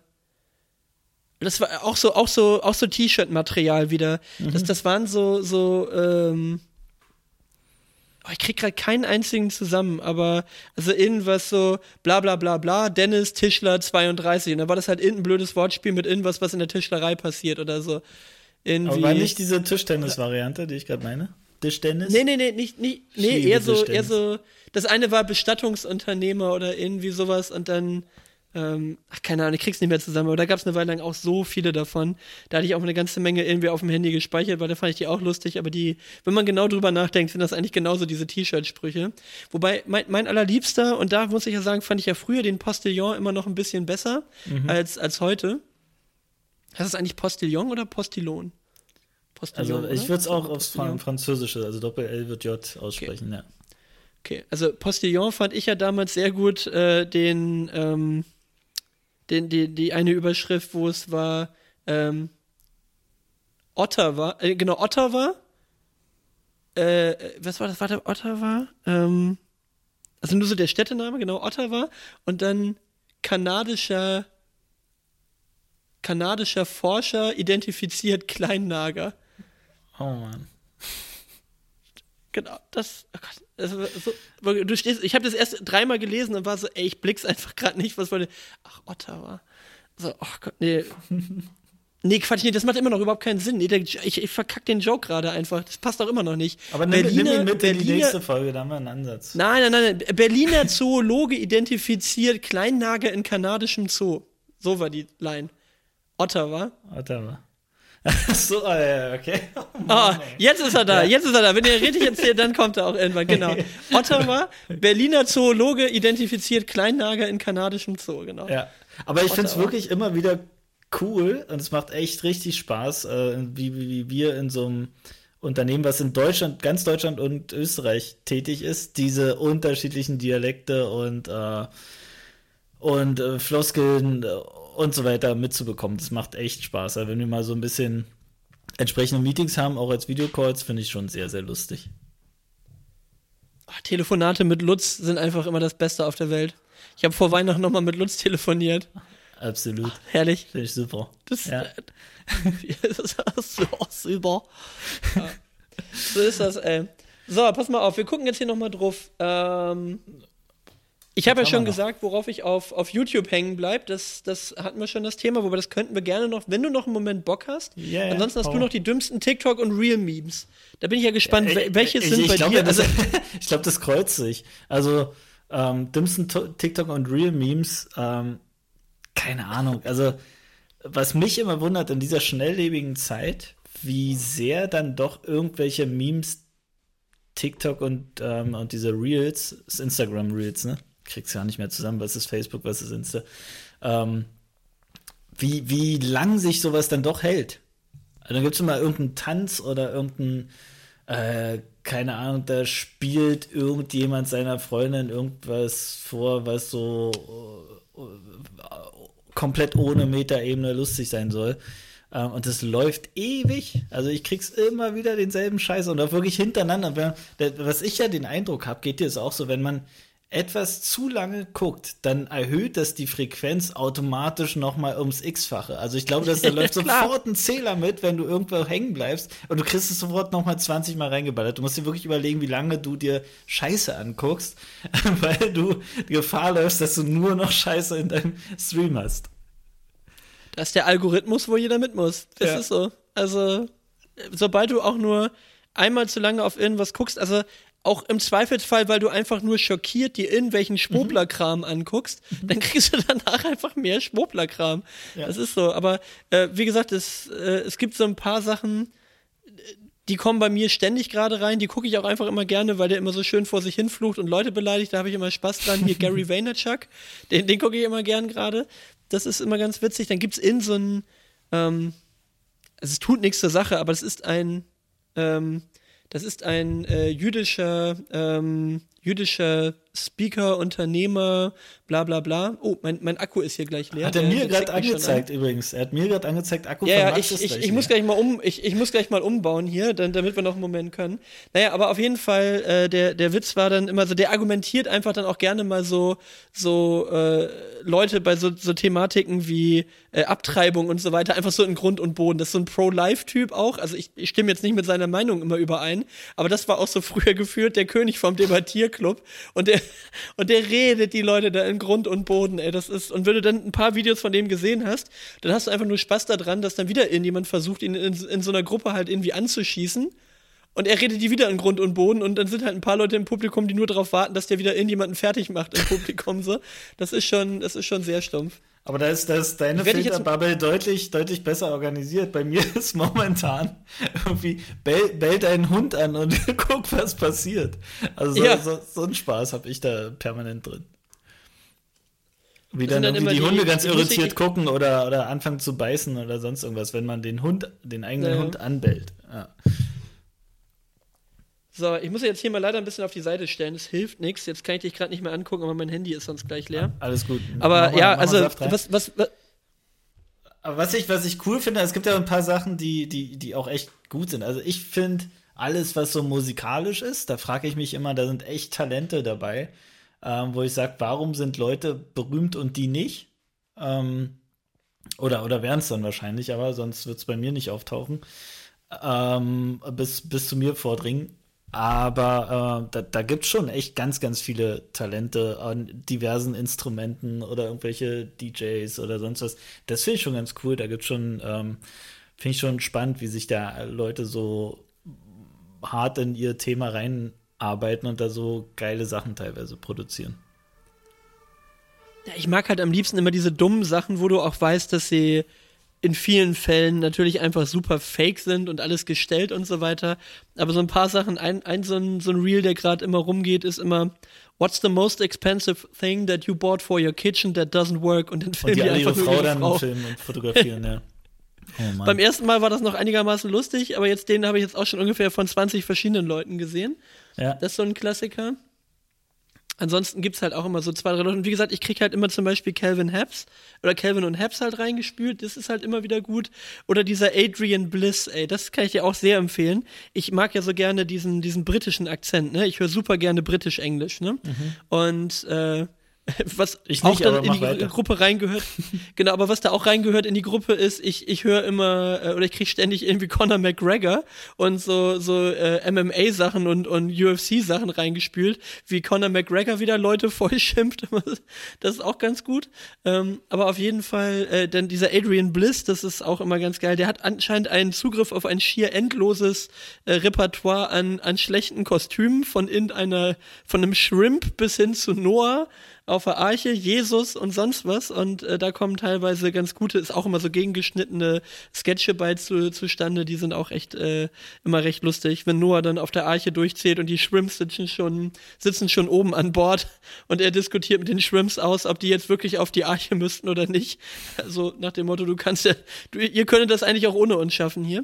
Das war auch so, auch so, auch so T-Shirt-Material wieder. Mhm. Das, das waren so, so, ähm, oh, ich krieg gerade keinen einzigen zusammen, aber also irgendwas so bla bla bla bla, Dennis Tischler zweiunddreißig. Und dann war das halt irgendein blödes Wortspiel mit irgendwas, was in der Tischlerei passiert oder so. Irgendwie. Aber war nicht diese Tischtennis-Variante, die ich gerade meine? Tischtennis? Nee, nee, nee, nicht, nicht, nee, eher so, eher so, das eine war Bestattungsunternehmer oder irgendwie sowas und dann Ähm, ach, keine Ahnung, ich krieg's nicht mehr zusammen, aber da gab's eine Weile lang auch so viele davon. Da hatte ich auch eine ganze Menge irgendwie auf dem Handy gespeichert, weil da fand ich die auch lustig, aber die, wenn man genau drüber nachdenkt, sind das eigentlich genauso diese T-Shirt-Sprüche. Wobei, mein, mein allerliebster, und da muss ich ja sagen, fand ich ja früher den Postillon immer noch ein bisschen besser mhm. als, als heute. Heißt das eigentlich Postillon oder Postillon? Postillon, also ich würde es auch aufs Postillon? Französische, also Doppel-L wird J aussprechen, okay. ja. Okay, also Postillon fand ich ja damals sehr gut, äh, den, ähm, Den, die, die eine Überschrift, wo es war, ähm, Ottawa, äh, genau, Ottawa, äh, was war das, warte, Ottawa, ähm, also nur so der Städtename, genau, Ottawa, und dann kanadischer, kanadischer Forscher identifiziert Kleinnager. Oh Mann. Genau, das, oh Gott, also, so, du stehst, ich habe das erst dreimal gelesen und war so, ey, ich blick's einfach gerade nicht, was wollte, ach, Ottawa, so, ach Gott, nee, nee, Quatsch, nee, das macht immer noch überhaupt keinen Sinn, nee, der, ich, ich verkack den Joke gerade einfach, das passt auch immer noch nicht. Aber nimm, Berliner, nimm ihn mit Berliner, in die nächste Folge, da haben wir einen Ansatz. Nein, nein, nein, nein, Berliner Zoologe identifiziert Kleinnager in kanadischem Zoo, so war die Line. Ottawa. Ottawa. So, äh, okay. Oh, oh, jetzt ist er da, ja. jetzt ist er da. Wenn ihr richtig erzählt, dann kommt er auch irgendwann, genau. Ottawa, Berliner Zoologe identifiziert Kleinnager in kanadischem Zoo, genau. Ja, aber ich finde es wirklich immer wieder cool und es macht echt richtig Spaß, äh, wie, wie, wie wir in so einem Unternehmen, was in Deutschland, ganz Deutschland und Österreich tätig ist, diese unterschiedlichen Dialekte und, äh, und äh, Floskeln äh, und so weiter mitzubekommen. Das macht echt Spaß. Also wenn wir mal so ein bisschen entsprechende Meetings haben, auch als Videocalls, finde ich schon sehr, sehr lustig. Ach, Telefonate mit Lutz sind einfach immer das Beste auf der Welt. Ich habe vor Weihnachten nochmal mit Lutz telefoniert. Absolut. Ach, herrlich. Finde ich super. Das, ja. das ist so super. Ja. So ist das, ey. So, pass mal auf, wir gucken jetzt hier nochmal drauf. Ähm... Ich habe ja schon gesagt, worauf ich auf, auf YouTube hängen bleibe. Das, das hatten wir schon das Thema, wobei das könnten wir gerne noch, wenn du noch einen Moment Bock hast. Yeah, Ansonsten yeah, hast du noch die dümmsten TikTok- und Real-Memes. Da bin ich ja gespannt, äh, welche ich, sind ich bei glaub, dir. Das, also, ich glaube, das kreuzt sich. Also, ähm, dümmsten TikTok- und Real-Memes, ähm, keine Ahnung. Also, was mich immer wundert in dieser schnelllebigen Zeit, wie sehr dann doch irgendwelche Memes, TikTok und, ähm, und diese Reels, das Instagram-Reels, ne? Kriegst ja nicht mehr zusammen, was ist Facebook, was ist Insta, ähm, wie, wie lang sich sowas dann doch hält. Also dann gibt es immer irgendeinen Tanz oder irgendeinen, äh, keine Ahnung, da spielt irgendjemand seiner Freundin irgendwas vor, was so äh, komplett ohne Metaebene lustig sein soll. Ähm, und das läuft ewig. Also ich krieg's immer wieder denselben Scheiß und auch wirklich hintereinander. Was ich ja den Eindruck habe, geht dir das auch so, wenn man etwas zu lange guckt, dann erhöht das die Frequenz automatisch nochmal ums X-fache. Also ich glaube, dass da läuft sofort ein Zähler mit, wenn du irgendwo hängen bleibst und du kriegst es sofort nochmal zwanzig Mal reingeballert. Du musst dir wirklich überlegen, wie lange du dir Scheiße anguckst, weil du die Gefahr läufst, dass du nur noch Scheiße in deinem Stream hast. Das ist der Algorithmus, wo jeder mit muss. Das ja. ist so. Also, sobald du auch nur einmal zu lange auf irgendwas guckst, also auch im Zweifelsfall, weil du einfach nur schockiert dir irgendwelchen Schwurbler-Kram anguckst, mhm. dann kriegst du danach einfach mehr Schwurbler-Kram. Ja. Das ist so. Aber äh, wie gesagt, es, äh, es gibt so ein paar Sachen, die kommen bei mir ständig gerade rein. Die gucke ich auch einfach immer gerne, weil der immer so schön vor sich hin flucht und Leute beleidigt. Da habe ich immer Spaß dran. Hier Gary Vaynerchuk, den, den gucke ich immer gern gerade. Das ist immer ganz witzig. Dann gibt's in so ein, ähm, also es tut nichts zur Sache, aber es ist ein, ähm, Das ist ein äh, jüdischer ähm, jüdischer Speaker, Unternehmer, bla bla bla. Oh, mein, mein Akku ist hier gleich leer. Hat er mir gerade angezeigt an. übrigens. Er hat mir gerade angezeigt, Akku ja, von ja, Max ich, ist ich, gleich ich leer. muss gleich mal um, ich, ich muss gleich mal umbauen hier, dann, damit wir noch einen Moment können. Naja, aber auf jeden Fall, äh, der, der Witz war dann immer so, der argumentiert einfach dann auch gerne mal so, so äh, Leute bei so, so Thematiken wie äh, Abtreibung und so weiter, einfach so in Grund und Boden. Das ist so ein Pro-Life-Typ auch. Also ich, ich stimme jetzt nicht mit seiner Meinung immer überein, aber das war auch so früher geführt der König vom Debattierclub und der, und der redet die Leute da in Grund und Boden, ey, das ist, und wenn du dann ein paar Videos von dem gesehen hast, dann hast du einfach nur Spaß daran, dass dann wieder irgendjemand versucht, ihn in, in so einer Gruppe halt irgendwie anzuschießen und er redet die wieder in Grund und Boden und dann sind halt ein paar Leute im Publikum, die nur darauf warten, dass der wieder irgendjemanden fertig macht im Publikum, so. Das ist schon, das ist schon sehr stumpf. Aber da ist, da ist deine Filterbubble deutlich, deutlich besser organisiert. Bei mir ist momentan irgendwie, bell, bell deinen Hund an und guck, was passiert. Also so, ja. so, so einen Spaß habe ich da permanent drin. Wie dann, dann irgendwie die, die Hunde ganz irritiert ich, gucken oder, oder anfangen zu beißen oder sonst irgendwas, wenn man den Hund, den eigenen ja. Hund anbellt. Ja. So, ich muss jetzt hier mal leider ein bisschen auf die Seite stellen, das hilft nichts. Jetzt kann ich dich gerade nicht mehr angucken, aber mein Handy ist sonst gleich leer. Ja, alles gut. Aber mal, ja, also, was, was, was, aber was ich, was ich cool finde, es gibt ja ein paar Sachen, die, die, die auch echt gut sind. Also ich finde, alles, was so musikalisch ist, da frage ich mich immer, da sind echt Talente dabei, ähm, wo ich sage, warum sind Leute berühmt und die nicht? Ähm, oder oder wären es dann wahrscheinlich, aber sonst wird es bei mir nicht auftauchen, ähm, bis, bis zu mir vordringen. Aber äh, da, da gibt es schon echt ganz, ganz viele Talente an diversen Instrumenten oder irgendwelche D Js oder sonst was. Das finde ich schon ganz cool. Da gibt es schon, ähm, finde ich schon spannend, wie sich da Leute so hart in ihr Thema reinarbeiten und da so geile Sachen teilweise produzieren. Ja, ich mag halt am liebsten immer diese dummen Sachen, wo du auch weißt, dass sie in vielen Fällen natürlich einfach super fake sind und alles gestellt und so weiter. Aber so ein paar Sachen, ein, ein so ein, so ein Reel, der gerade immer rumgeht, ist immer What's the most expensive thing that you bought for your kitchen that doesn't work? Und dann filmen die, die einfach ihre nur Frau ihre dann Frau. filmen und fotografieren, ja. Oh Mann. Beim ersten Mal war das noch einigermaßen lustig, aber jetzt den habe ich jetzt auch schon ungefähr von zwanzig verschiedenen Leuten gesehen. Ja. Das ist so ein Klassiker. Ansonsten gibt's halt auch immer so zwei, drei Leute. Und wie gesagt, ich krieg halt immer zum Beispiel Calvin Habs oder Calvin und Habs halt reingespült. Das ist halt immer wieder gut. Oder dieser Adrian Bliss, ey, das kann ich dir auch sehr empfehlen. Ich mag ja so gerne diesen, diesen britischen Akzent, ne? Ich höre super gerne britisch-englisch, ne? Mhm. Und, äh, was ich auch nicht, dann in die weiter. Gruppe reingehört. Genau, aber was da auch reingehört in die Gruppe ist, ich, ich höre immer, äh, oder ich krieg ständig irgendwie Conor McGregor und so, so äh, M M A-Sachen und, und U F C-Sachen reingespült, wie Conor McGregor wieder Leute voll schimpft. Das ist auch ganz gut. Ähm, aber auf jeden Fall, äh, denn dieser Adrian Bliss, das ist auch immer ganz geil. Der hat anscheinend einen Zugriff auf ein schier endloses äh, Repertoire an, an schlechten Kostümen von irgendeiner, von einem Shrimp bis hin zu Noah auf der Arche, Jesus und sonst was. Und äh, da kommen teilweise ganz gute, ist auch immer so gegengeschnittene Sketche bei zu, zustande, die sind auch echt äh, immer recht lustig. Wenn Noah dann auf der Arche durchzählt und die Shrimps sitzen schon, sitzen schon oben an Bord und er diskutiert mit den Shrimps aus, ob die jetzt wirklich auf die Arche müssten oder nicht. Also nach dem Motto, du kannst ja, du, ihr könntet das eigentlich auch ohne uns schaffen hier.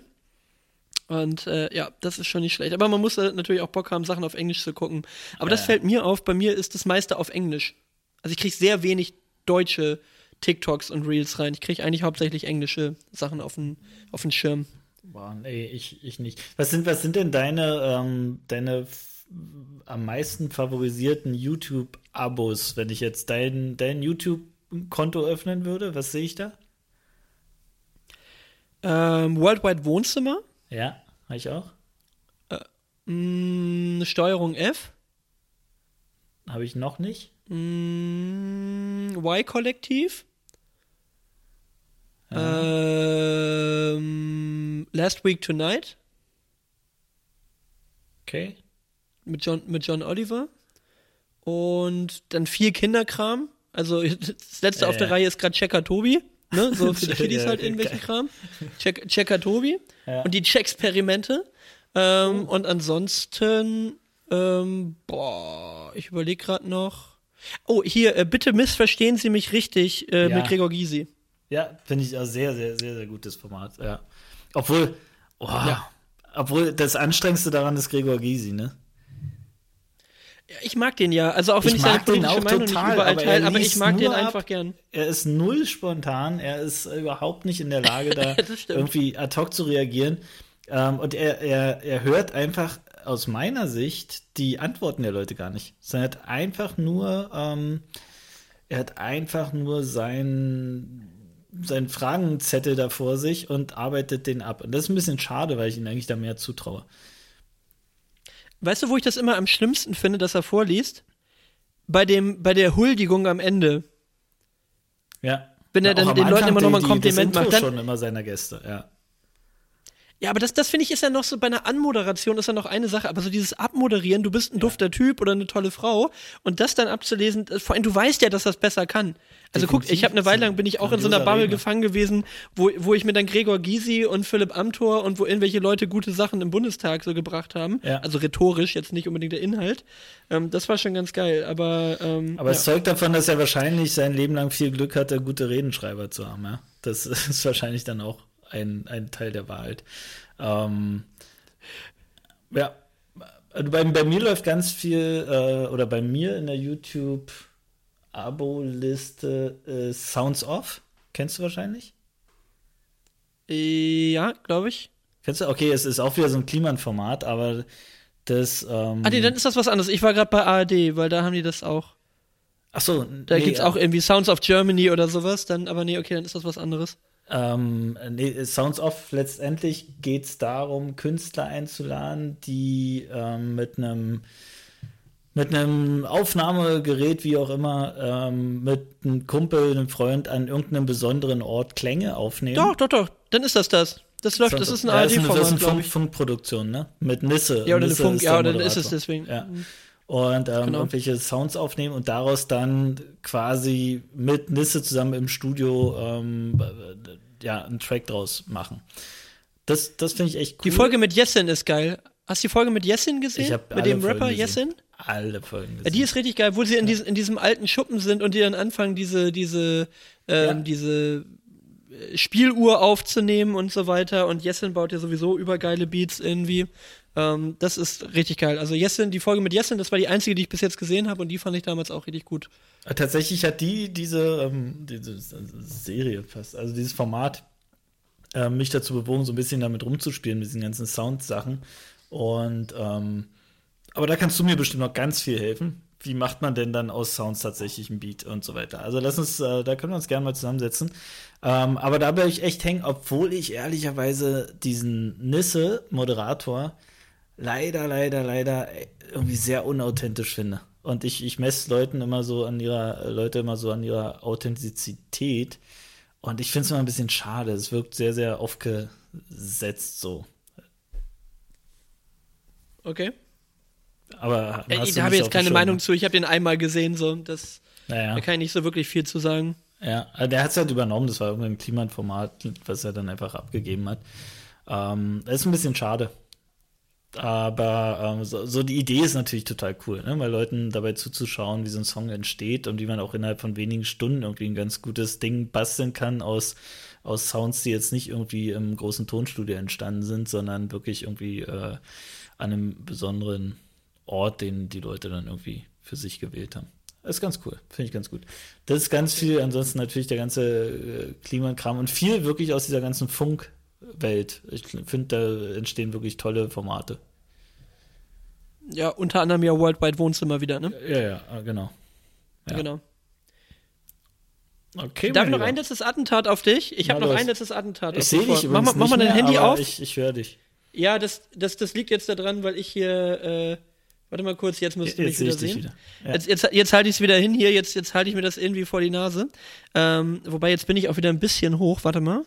Und äh, ja, das ist schon nicht schlecht. Aber man muss äh, natürlich auch Bock haben, Sachen auf Englisch zu gucken. Aber ja, das fällt mir auf, bei mir ist das meiste auf Englisch. Also ich kriege sehr wenig deutsche TikToks und Reels rein. Ich kriege eigentlich hauptsächlich englische Sachen auf den, auf den Schirm. Boah, nee, ich, ich nicht. Was sind, was sind denn deine, ähm, deine f- am meisten favorisierten YouTube-Abos, wenn ich jetzt dein, dein YouTube-Konto öffnen würde? Was sehe ich da? Ähm, Worldwide Wohnzimmer. Ja, habe ich auch. Äh, mh, Steuerung F. Habe ich noch nicht. Mm, Y-Kollektiv. Ja. Ähm, Last Week Tonight. Okay. Mit John, mit John Oliver. Und dann viel Kinderkram. Also das letzte äh. auf der Reihe ist gerade Checker Tobi. Ne? So für die Kiddies halt irgendwelchen Kram. Check, Checker Tobi. Ja. Und die Checksperimente. Ähm, oh. Und ansonsten, ähm, boah, ich überlege gerade noch. Oh, hier, äh, bitte missverstehen Sie mich richtig äh, ja. mit Gregor Gysi. Ja, finde ich auch sehr, sehr, sehr, sehr gutes Format. Ja. Obwohl, oh, ja. obwohl das Anstrengendste daran ist Gregor Gysi, ne? Ich mag den ja, also auch wenn Ich ich, seine mag den politische auch Meinung total, nicht überall aber er teile, aber ich liest mag den nur ab. einfach gern. Er ist null spontan, er ist überhaupt nicht in der Lage, da Das stimmt. irgendwie ad hoc zu reagieren. Ähm, und er, er, er hört einfach aus meiner Sicht die Antworten der Leute gar nicht. Sondern er hat einfach nur, ähm, er hat einfach nur sein, seinen Fragenzettel da vor sich und arbeitet den ab. Und das ist ein bisschen schade, weil ich ihm eigentlich da mehr zutraue. Weißt du, wo ich das immer am schlimmsten finde, dass er vorliest? Bei dem, bei der Huldigung am Ende. Ja. Wenn er Ja, dann auch am den Leuten Anfang immer noch mal ein die- die- Kompliment das Intro macht, dann- schon immer seiner Gäste, ja. Ja, aber das, das finde ich ist ja noch so, bei einer Anmoderation ist ja noch eine Sache, aber so dieses Abmoderieren, du bist ein dufter Typ oder eine tolle Frau und das dann abzulesen, äh, vor allem du weißt ja, dass das besser kann. Also guck, ich habe eine Weile lang bin ich auch in so einer Grandioser Bubble Redner. gefangen gewesen, wo, wo ich mir dann Gregor Gysi und Philipp Amthor und wo irgendwelche Leute gute Sachen im Bundestag so gebracht haben. Ja. Also rhetorisch, jetzt nicht unbedingt der Inhalt. Ähm, das war schon ganz geil, aber ähm, Aber ja. es zeugt davon, dass er wahrscheinlich sein Leben lang viel Glück hatte, gute Redenschreiber zu haben. Ja? Das ist wahrscheinlich dann auch ein, ein Teil der Wahrheit. Ähm, ja, also bei, bei mir läuft ganz viel, äh, oder bei mir in der YouTube-Abo-Liste äh, Sounds Off. Kennst du wahrscheinlich? Äh, ja, glaube ich. Kennst du? Okay, es ist auch wieder so ein Kliman-Format, aber das. Ähm, Ah nee, dann ist das was anderes. Ich war gerade bei A R D, weil da haben die das auch. ach so, Da nee, gibt's auch irgendwie Sounds of Germany oder sowas, dann, aber nee, okay, dann ist das was anderes. Ähm, nee, Sounds Off, letztendlich geht es darum, Künstler einzuladen, die ähm, mit einem mit einem Aufnahmegerät, wie auch immer, ähm, mit einem Kumpel, einem Freund an irgendeinem besonderen Ort Klänge aufnehmen. Doch, doch, doch, dann ist das das. Das läuft, das ist ein Ja, das ist eine, das ist A R D-Format, eine glaube Funk, ich. Funkproduktion, ne? Mit Nisse. Ja, oder eine Nisse Funk, ist ja, der oder dann ist es Moderator. deswegen. Ja. Und ähm, Genau. irgendwelche Sounds aufnehmen und daraus dann quasi mit Nisse zusammen im Studio ähm, äh, ja, einen Track draus machen. Das, das finde ich echt cool. Die Folge mit Jessin ist geil. Hast du die Folge mit Jessin gesehen? Ich hab mit alle dem Folgen Rapper gesehen. Jessin? Alle Folgen gesehen. Ja, die ist richtig geil, wo sie in, diesem, in diesem alten Schuppen sind und die dann anfangen, diese, diese, ähm, Ja. diese äh, Spieluhr aufzunehmen und so weiter. Und Jessin baut ja sowieso übergeile Beats irgendwie. Ähm, das ist richtig geil. Also Jessin, die Folge mit Jessin, das war die einzige, die ich bis jetzt gesehen habe und die fand ich damals auch richtig gut. Tatsächlich hat die diese, ähm, diese Serie fast, also dieses Format, äh, mich dazu bewogen, so ein bisschen damit rumzuspielen, mit diesen ganzen Sound-Sachen. Und ähm, aber da kannst du mir bestimmt noch ganz viel helfen. Wie macht man denn dann aus Sounds tatsächlich ein Beat und so weiter? Also lass uns, äh, da können wir uns gerne mal zusammensetzen. Ähm, aber da bleibe ich echt hängen, obwohl ich ehrlicherweise diesen Nisse-Moderator leider, leider, leider irgendwie sehr unauthentisch finde. Und ich, ich messe Leuten immer so an ihrer, Leute immer so an ihrer Authentizität. Und ich finde es immer ein bisschen schade. Es wirkt sehr, sehr aufgesetzt so. Okay. Aber Ja, hast da du habe ich nicht jetzt auf dem keine Schirm, Meinung ne? zu. Ich habe den einmal gesehen, so. Das, Naja. Da kann ich nicht so wirklich viel zu sagen. Ja, also der hat es halt übernommen. Das war irgendein Kliman-Format, was er dann einfach abgegeben hat. Ähm, das ist ein bisschen schade. Aber ähm, so, so die Idee ist natürlich total cool, ne? Mal Leuten dabei zuzuschauen, wie so ein Song entsteht und wie man auch innerhalb von wenigen Stunden irgendwie ein ganz gutes Ding basteln kann aus, aus Sounds, die jetzt nicht irgendwie im großen Tonstudio entstanden sind, sondern wirklich irgendwie äh, an einem besonderen Ort, den die Leute dann irgendwie für sich gewählt haben. Das ist ganz cool, finde ich ganz gut. Das ist ganz viel, ansonsten natürlich der ganze äh, Klimakram und viel wirklich aus dieser ganzen Funkwelt. Ich finde, da entstehen wirklich tolle Formate. Ja, unter anderem ja Worldwide Wohnzimmer wieder, ne? Ja, ja, genau. Ja. Genau. Okay, Darf ich mein noch ein Lieber. letztes Attentat auf dich? Ich habe Na noch los. ein letztes Attentat Ich auf sehe dich dich vor. übrigens Mach mal, mach mal nicht dein mehr, Handy aber auf. Ich, ich höre dich. Ja, das, das, das liegt jetzt daran, weil ich hier, äh, warte mal kurz, jetzt müsst ihr mich Jetzt sehe wieder ich dich sehen. wieder. Ja. Jetzt, jetzt, jetzt halte ich es wieder hin hier, jetzt, jetzt halte ich mir das irgendwie vor die Nase. Ähm, wobei, jetzt bin ich auch wieder ein bisschen hoch, warte mal.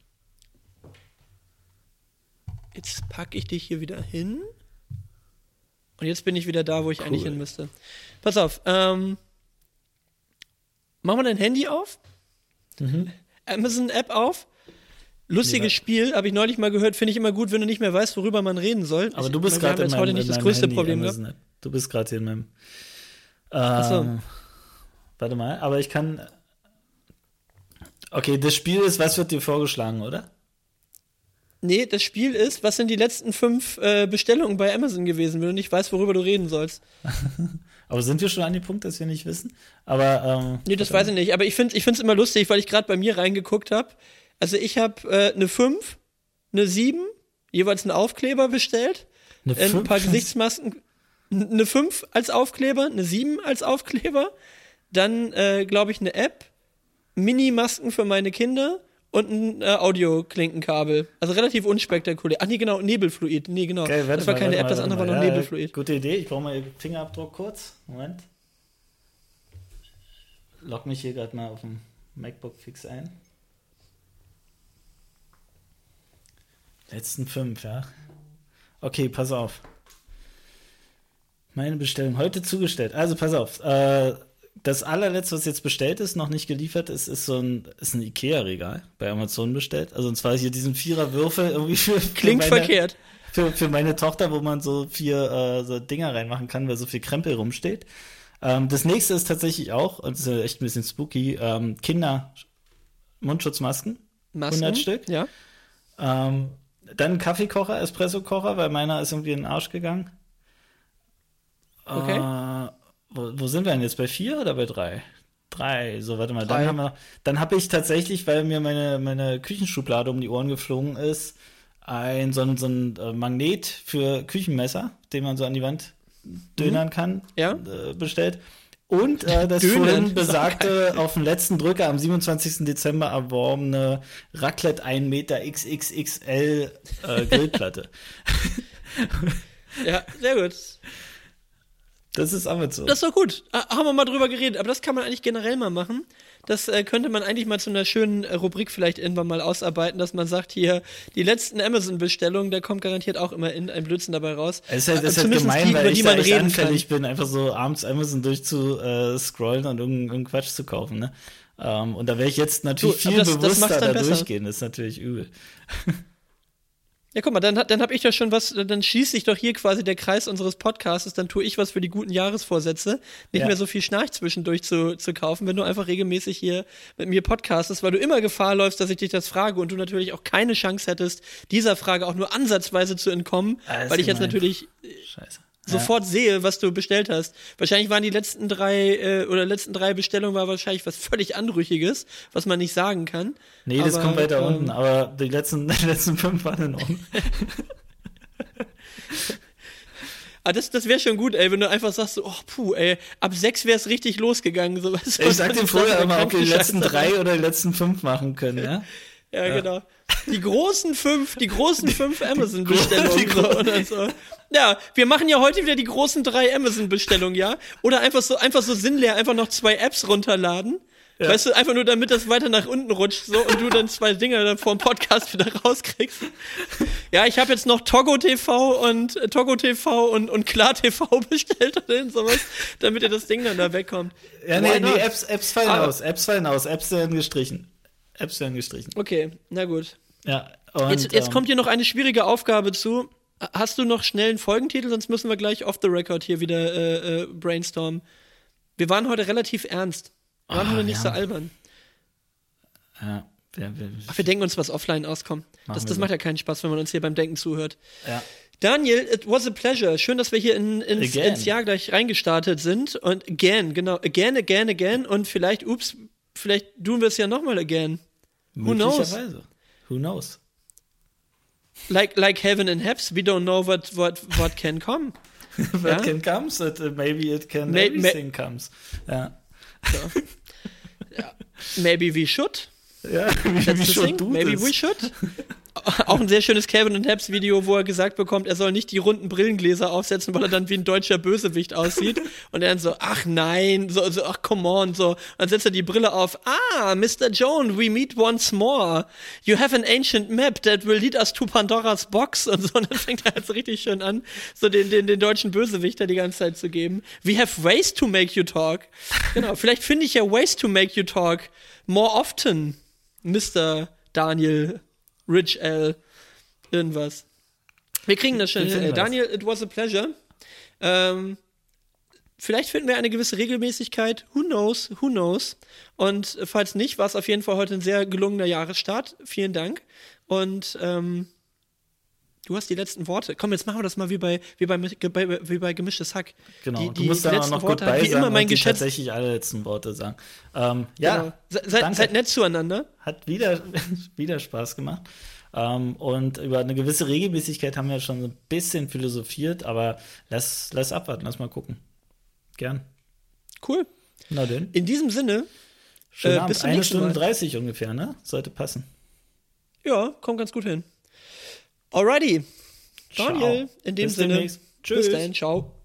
Jetzt packe ich dich hier wieder hin. Und jetzt bin ich wieder da, wo ich Cool. eigentlich hin müsste. Pass auf, ähm, mach mal dein Handy auf. Mhm. Amazon-App auf. Lustiges Ja. Spiel, habe ich neulich mal gehört, finde ich immer gut, wenn du nicht mehr weißt, worüber man reden soll. Aber Ich- du bist wir haben gerade in jetzt meinem, heute in nicht das meinem größte Handy, Problem gehabt. Amazon App. Du bist gerade hier in meinem. Ach so. Ähm, Warte mal, aber ich kann. Okay, das Spiel ist, was wird dir vorgeschlagen, oder? Nee, das Spiel ist, was sind die letzten fünf äh, Bestellungen bei Amazon gewesen, wenn du nicht weißt, worüber du reden sollst. Aber sind wir schon an dem Punkt, dass wir nicht wissen? Aber, ähm, Nee, das weiß ich nicht. Aber ich finde ich find's immer lustig, weil ich gerade bei mir reingeguckt habe. Also ich habe äh, eine fünf, eine sieben, jeweils einen Aufkleber bestellt. Eine ein fünf? paar Gesichtsmasken. Eine fünf als Aufkleber, eine sieben als Aufkleber. Dann, äh, glaube ich, eine App. Mini-Masken für meine Kinder. Und ein äh, Audio-Klinkenkabel. Also relativ unspektakulär. Ach nee, genau, Nebelfluid. Nee, genau. Okay, das war mal, keine App, mal, das andere war noch ja, Nebelfluid. Gute Idee, ich brauche mal Ihren Fingerabdruck kurz. Moment. Log mich hier gerade mal auf dem MacBook fix ein. Letzten fünf, ja. Okay, pass auf. Meine Bestellung heute zugestellt. Also pass auf. Äh, das allerletzte, was jetzt bestellt ist, noch nicht geliefert ist, ist so ein, ist ein Ikea-Regal bei Amazon bestellt. Also und zwar hier diesen Vierer-Würfel irgendwie für, für Klingt meine, verkehrt. Für, für meine Tochter, wo man so vier äh, so Dinger reinmachen kann, weil so viel Krempel rumsteht. Ähm, das nächste ist tatsächlich auch, und das ist echt ein bisschen spooky, ähm, Kinder-Mundschutzmasken. Masken, hundert Stück. Ja. Ähm, dann Kaffeekocher, Espresso-Kocher, weil meiner ist irgendwie in den Arsch gegangen. Okay. Äh, wo, wo sind wir denn jetzt? Bei vier oder bei drei? Drei, so warte mal. Drei. Dann haben wir, dann habe ich tatsächlich, weil mir meine, meine Küchenschublade um die Ohren geflogen ist, ein so ein, so ein äh, Magnet für Küchenmesser, den man so an die Wand dönern Mhm. kann, Ja. äh, bestellt. Und äh, das Dönern, vorhin das ist auch besagte, auf den letzten Drücker am siebenundzwanzigsten Dezember erworbene Raclette ein Meter X X X L äh, Grillplatte. Ja, sehr gut. Das ist Amazon. Das ist doch gut. Ah, haben wir mal drüber geredet. Aber das kann man eigentlich generell mal machen. Das äh, könnte man eigentlich mal zu einer schönen äh, Rubrik vielleicht irgendwann mal ausarbeiten, dass man sagt, hier, die letzten Amazon-Bestellungen, da kommt garantiert auch immer in, ein Blödsinn dabei raus. Es ist halt, das ist Äh, halt zumindest gemein, die, weil über ich die da man echt reden anfällig bin, einfach so abends Amazon durchzuscrollen und irgendeinen Quatsch zu kaufen. Ne? Um, und da wäre ich jetzt natürlich Du, aber viel das- das bewusster macht's dann da besser. durchgehen. Das ist natürlich übel. Ja, guck mal, dann, hat- dann habe ich doch schon was, dann schließt sich doch hier quasi der Kreis unseres Podcasts, dann tue ich was für die guten Jahresvorsätze, nicht Ja. mehr so viel Schnarch zwischendurch zu, zu kaufen, wenn du einfach regelmäßig hier mit mir podcastest, weil du immer Gefahr läufst, dass ich dich das frage und du natürlich auch keine Chance hättest, dieser Frage auch nur ansatzweise zu entkommen, Ah, ist weil ich jetzt gemein. natürlich Scheiße. sofort sehe, was du bestellt hast. Wahrscheinlich waren die letzten drei äh, oder letzten drei Bestellungen war wahrscheinlich was völlig Anrüchiges, was man nicht sagen kann. Nee, das Aber, kommt weiter ähm, unten, aber die letzten, die letzten fünf waren in Ordnung. Ah, das, das wäre schon gut, ey, wenn du einfach sagst, so, oh, puh, ey, ab sechs wäre es richtig losgegangen. So, weißt du, Ich sag was dir ist vorher das immer, ob wir die letzten Krankenscheiße? drei oder die letzten fünf machen können, ja? Ja, Ja. genau. Die großen fünf, die großen fünf Amazon-Bestellungen. Die So, gro- oder so. Ja, wir machen ja heute wieder die großen drei Amazon-Bestellungen, ja? Oder einfach so, einfach so sinnleer, einfach noch zwei Apps runterladen. Ja. Weißt du, einfach nur damit das weiter nach unten rutscht, so, und du dann zwei Dinger dann vor dem Podcast wieder rauskriegst. Ja, ich habe jetzt noch Togo T V und äh, Togo T V und, und Klar T V bestellt oder sowas, damit ihr das Ding dann da wegkommt. Ja, Why nee, nee, not? Apps, Apps fallen Aber- aus, Apps fallen aus, Apps werden gestrichen. Apps werden gestrichen. Okay, na gut. Ja, und, Jetzt, jetzt ähm, kommt hier noch eine schwierige Aufgabe zu. Hast du noch schnell einen Folgentitel, sonst müssen wir gleich off the record hier wieder äh, äh, brainstormen. Wir waren heute relativ ernst. Wir waren Ah, heute nicht ja. so albern. Ja, wir, wir, Ach, wir denken uns was offline aus, komm. Das, Machen wir das so. macht ja keinen Spaß, wenn man uns hier beim Denken zuhört. ja. Daniel, it was a pleasure. Schön, dass wir hier in, ins, Again. ins Jahr gleich reingestartet sind. Und again, genau, again, again, again. Und vielleicht, ups, vielleicht tun wir es ja nochmal again. Who knows? Möglicherweise. Who knows? Like, like heaven and heaps, we don't know what, what, what can come. What Ja? can comes, it, uh, maybe it can, May- everything comes. Ja. Maybe we should. Ja, wie, That's wie the schon thing. du Maybe das. we should. Auch ein sehr schönes Calvin und Hobbes Video, wo er gesagt bekommt, er soll nicht die runden Brillengläser aufsetzen, weil er dann wie ein deutscher Bösewicht aussieht. Und er dann so, ach nein, so, so ach come on, so. Und dann setzt er die Brille auf. Ah, Mister Jones, we meet once more. You have an ancient map that will lead us to Pandora's box. Und so, und dann fängt er halt so richtig schön an, so den, den, den deutschen Bösewichter die ganze Zeit zu geben. We have ways to make you talk. Genau, vielleicht finde ich ja ways to make you talk more often, Mister Daniel Rich L. Irgendwas. Wir kriegen das schon Wir hin. finden Äh, Daniel, it was a pleasure. Ähm, vielleicht finden wir eine gewisse Regelmäßigkeit. Who knows? Who knows? Und falls nicht, war es auf jeden Fall heute ein sehr gelungener Jahresstart. Vielen Dank. Und ähm, Du hast die letzten Worte. Komm, jetzt machen wir das mal wie bei, wie bei, wie bei Gemischtes Hack. Genau, die, du die, musst die da letzten noch Worte Goodbye hat, wie sagen immer mein und die Geschätz. tatsächlich alle letzten Worte sagen. Ähm, ja, Genau. Se, seid, seid nett zueinander. Hat wieder, wieder Spaß gemacht. Ähm, und über eine gewisse Regelmäßigkeit haben wir schon so ein bisschen philosophiert, aber lass, lass abwarten, lass mal gucken. Gern. Cool. Na denn. In diesem Sinne, Schönen äh, Abend. bis zum Eine nächsten Stunde Mal. dreißig ungefähr, ne? Sollte passen. Ja, kommt ganz gut hin. Alrighty. Daniel, Ciao. in dem Bis Sinne. demnächst. Tschüss. Bis dann, ciao.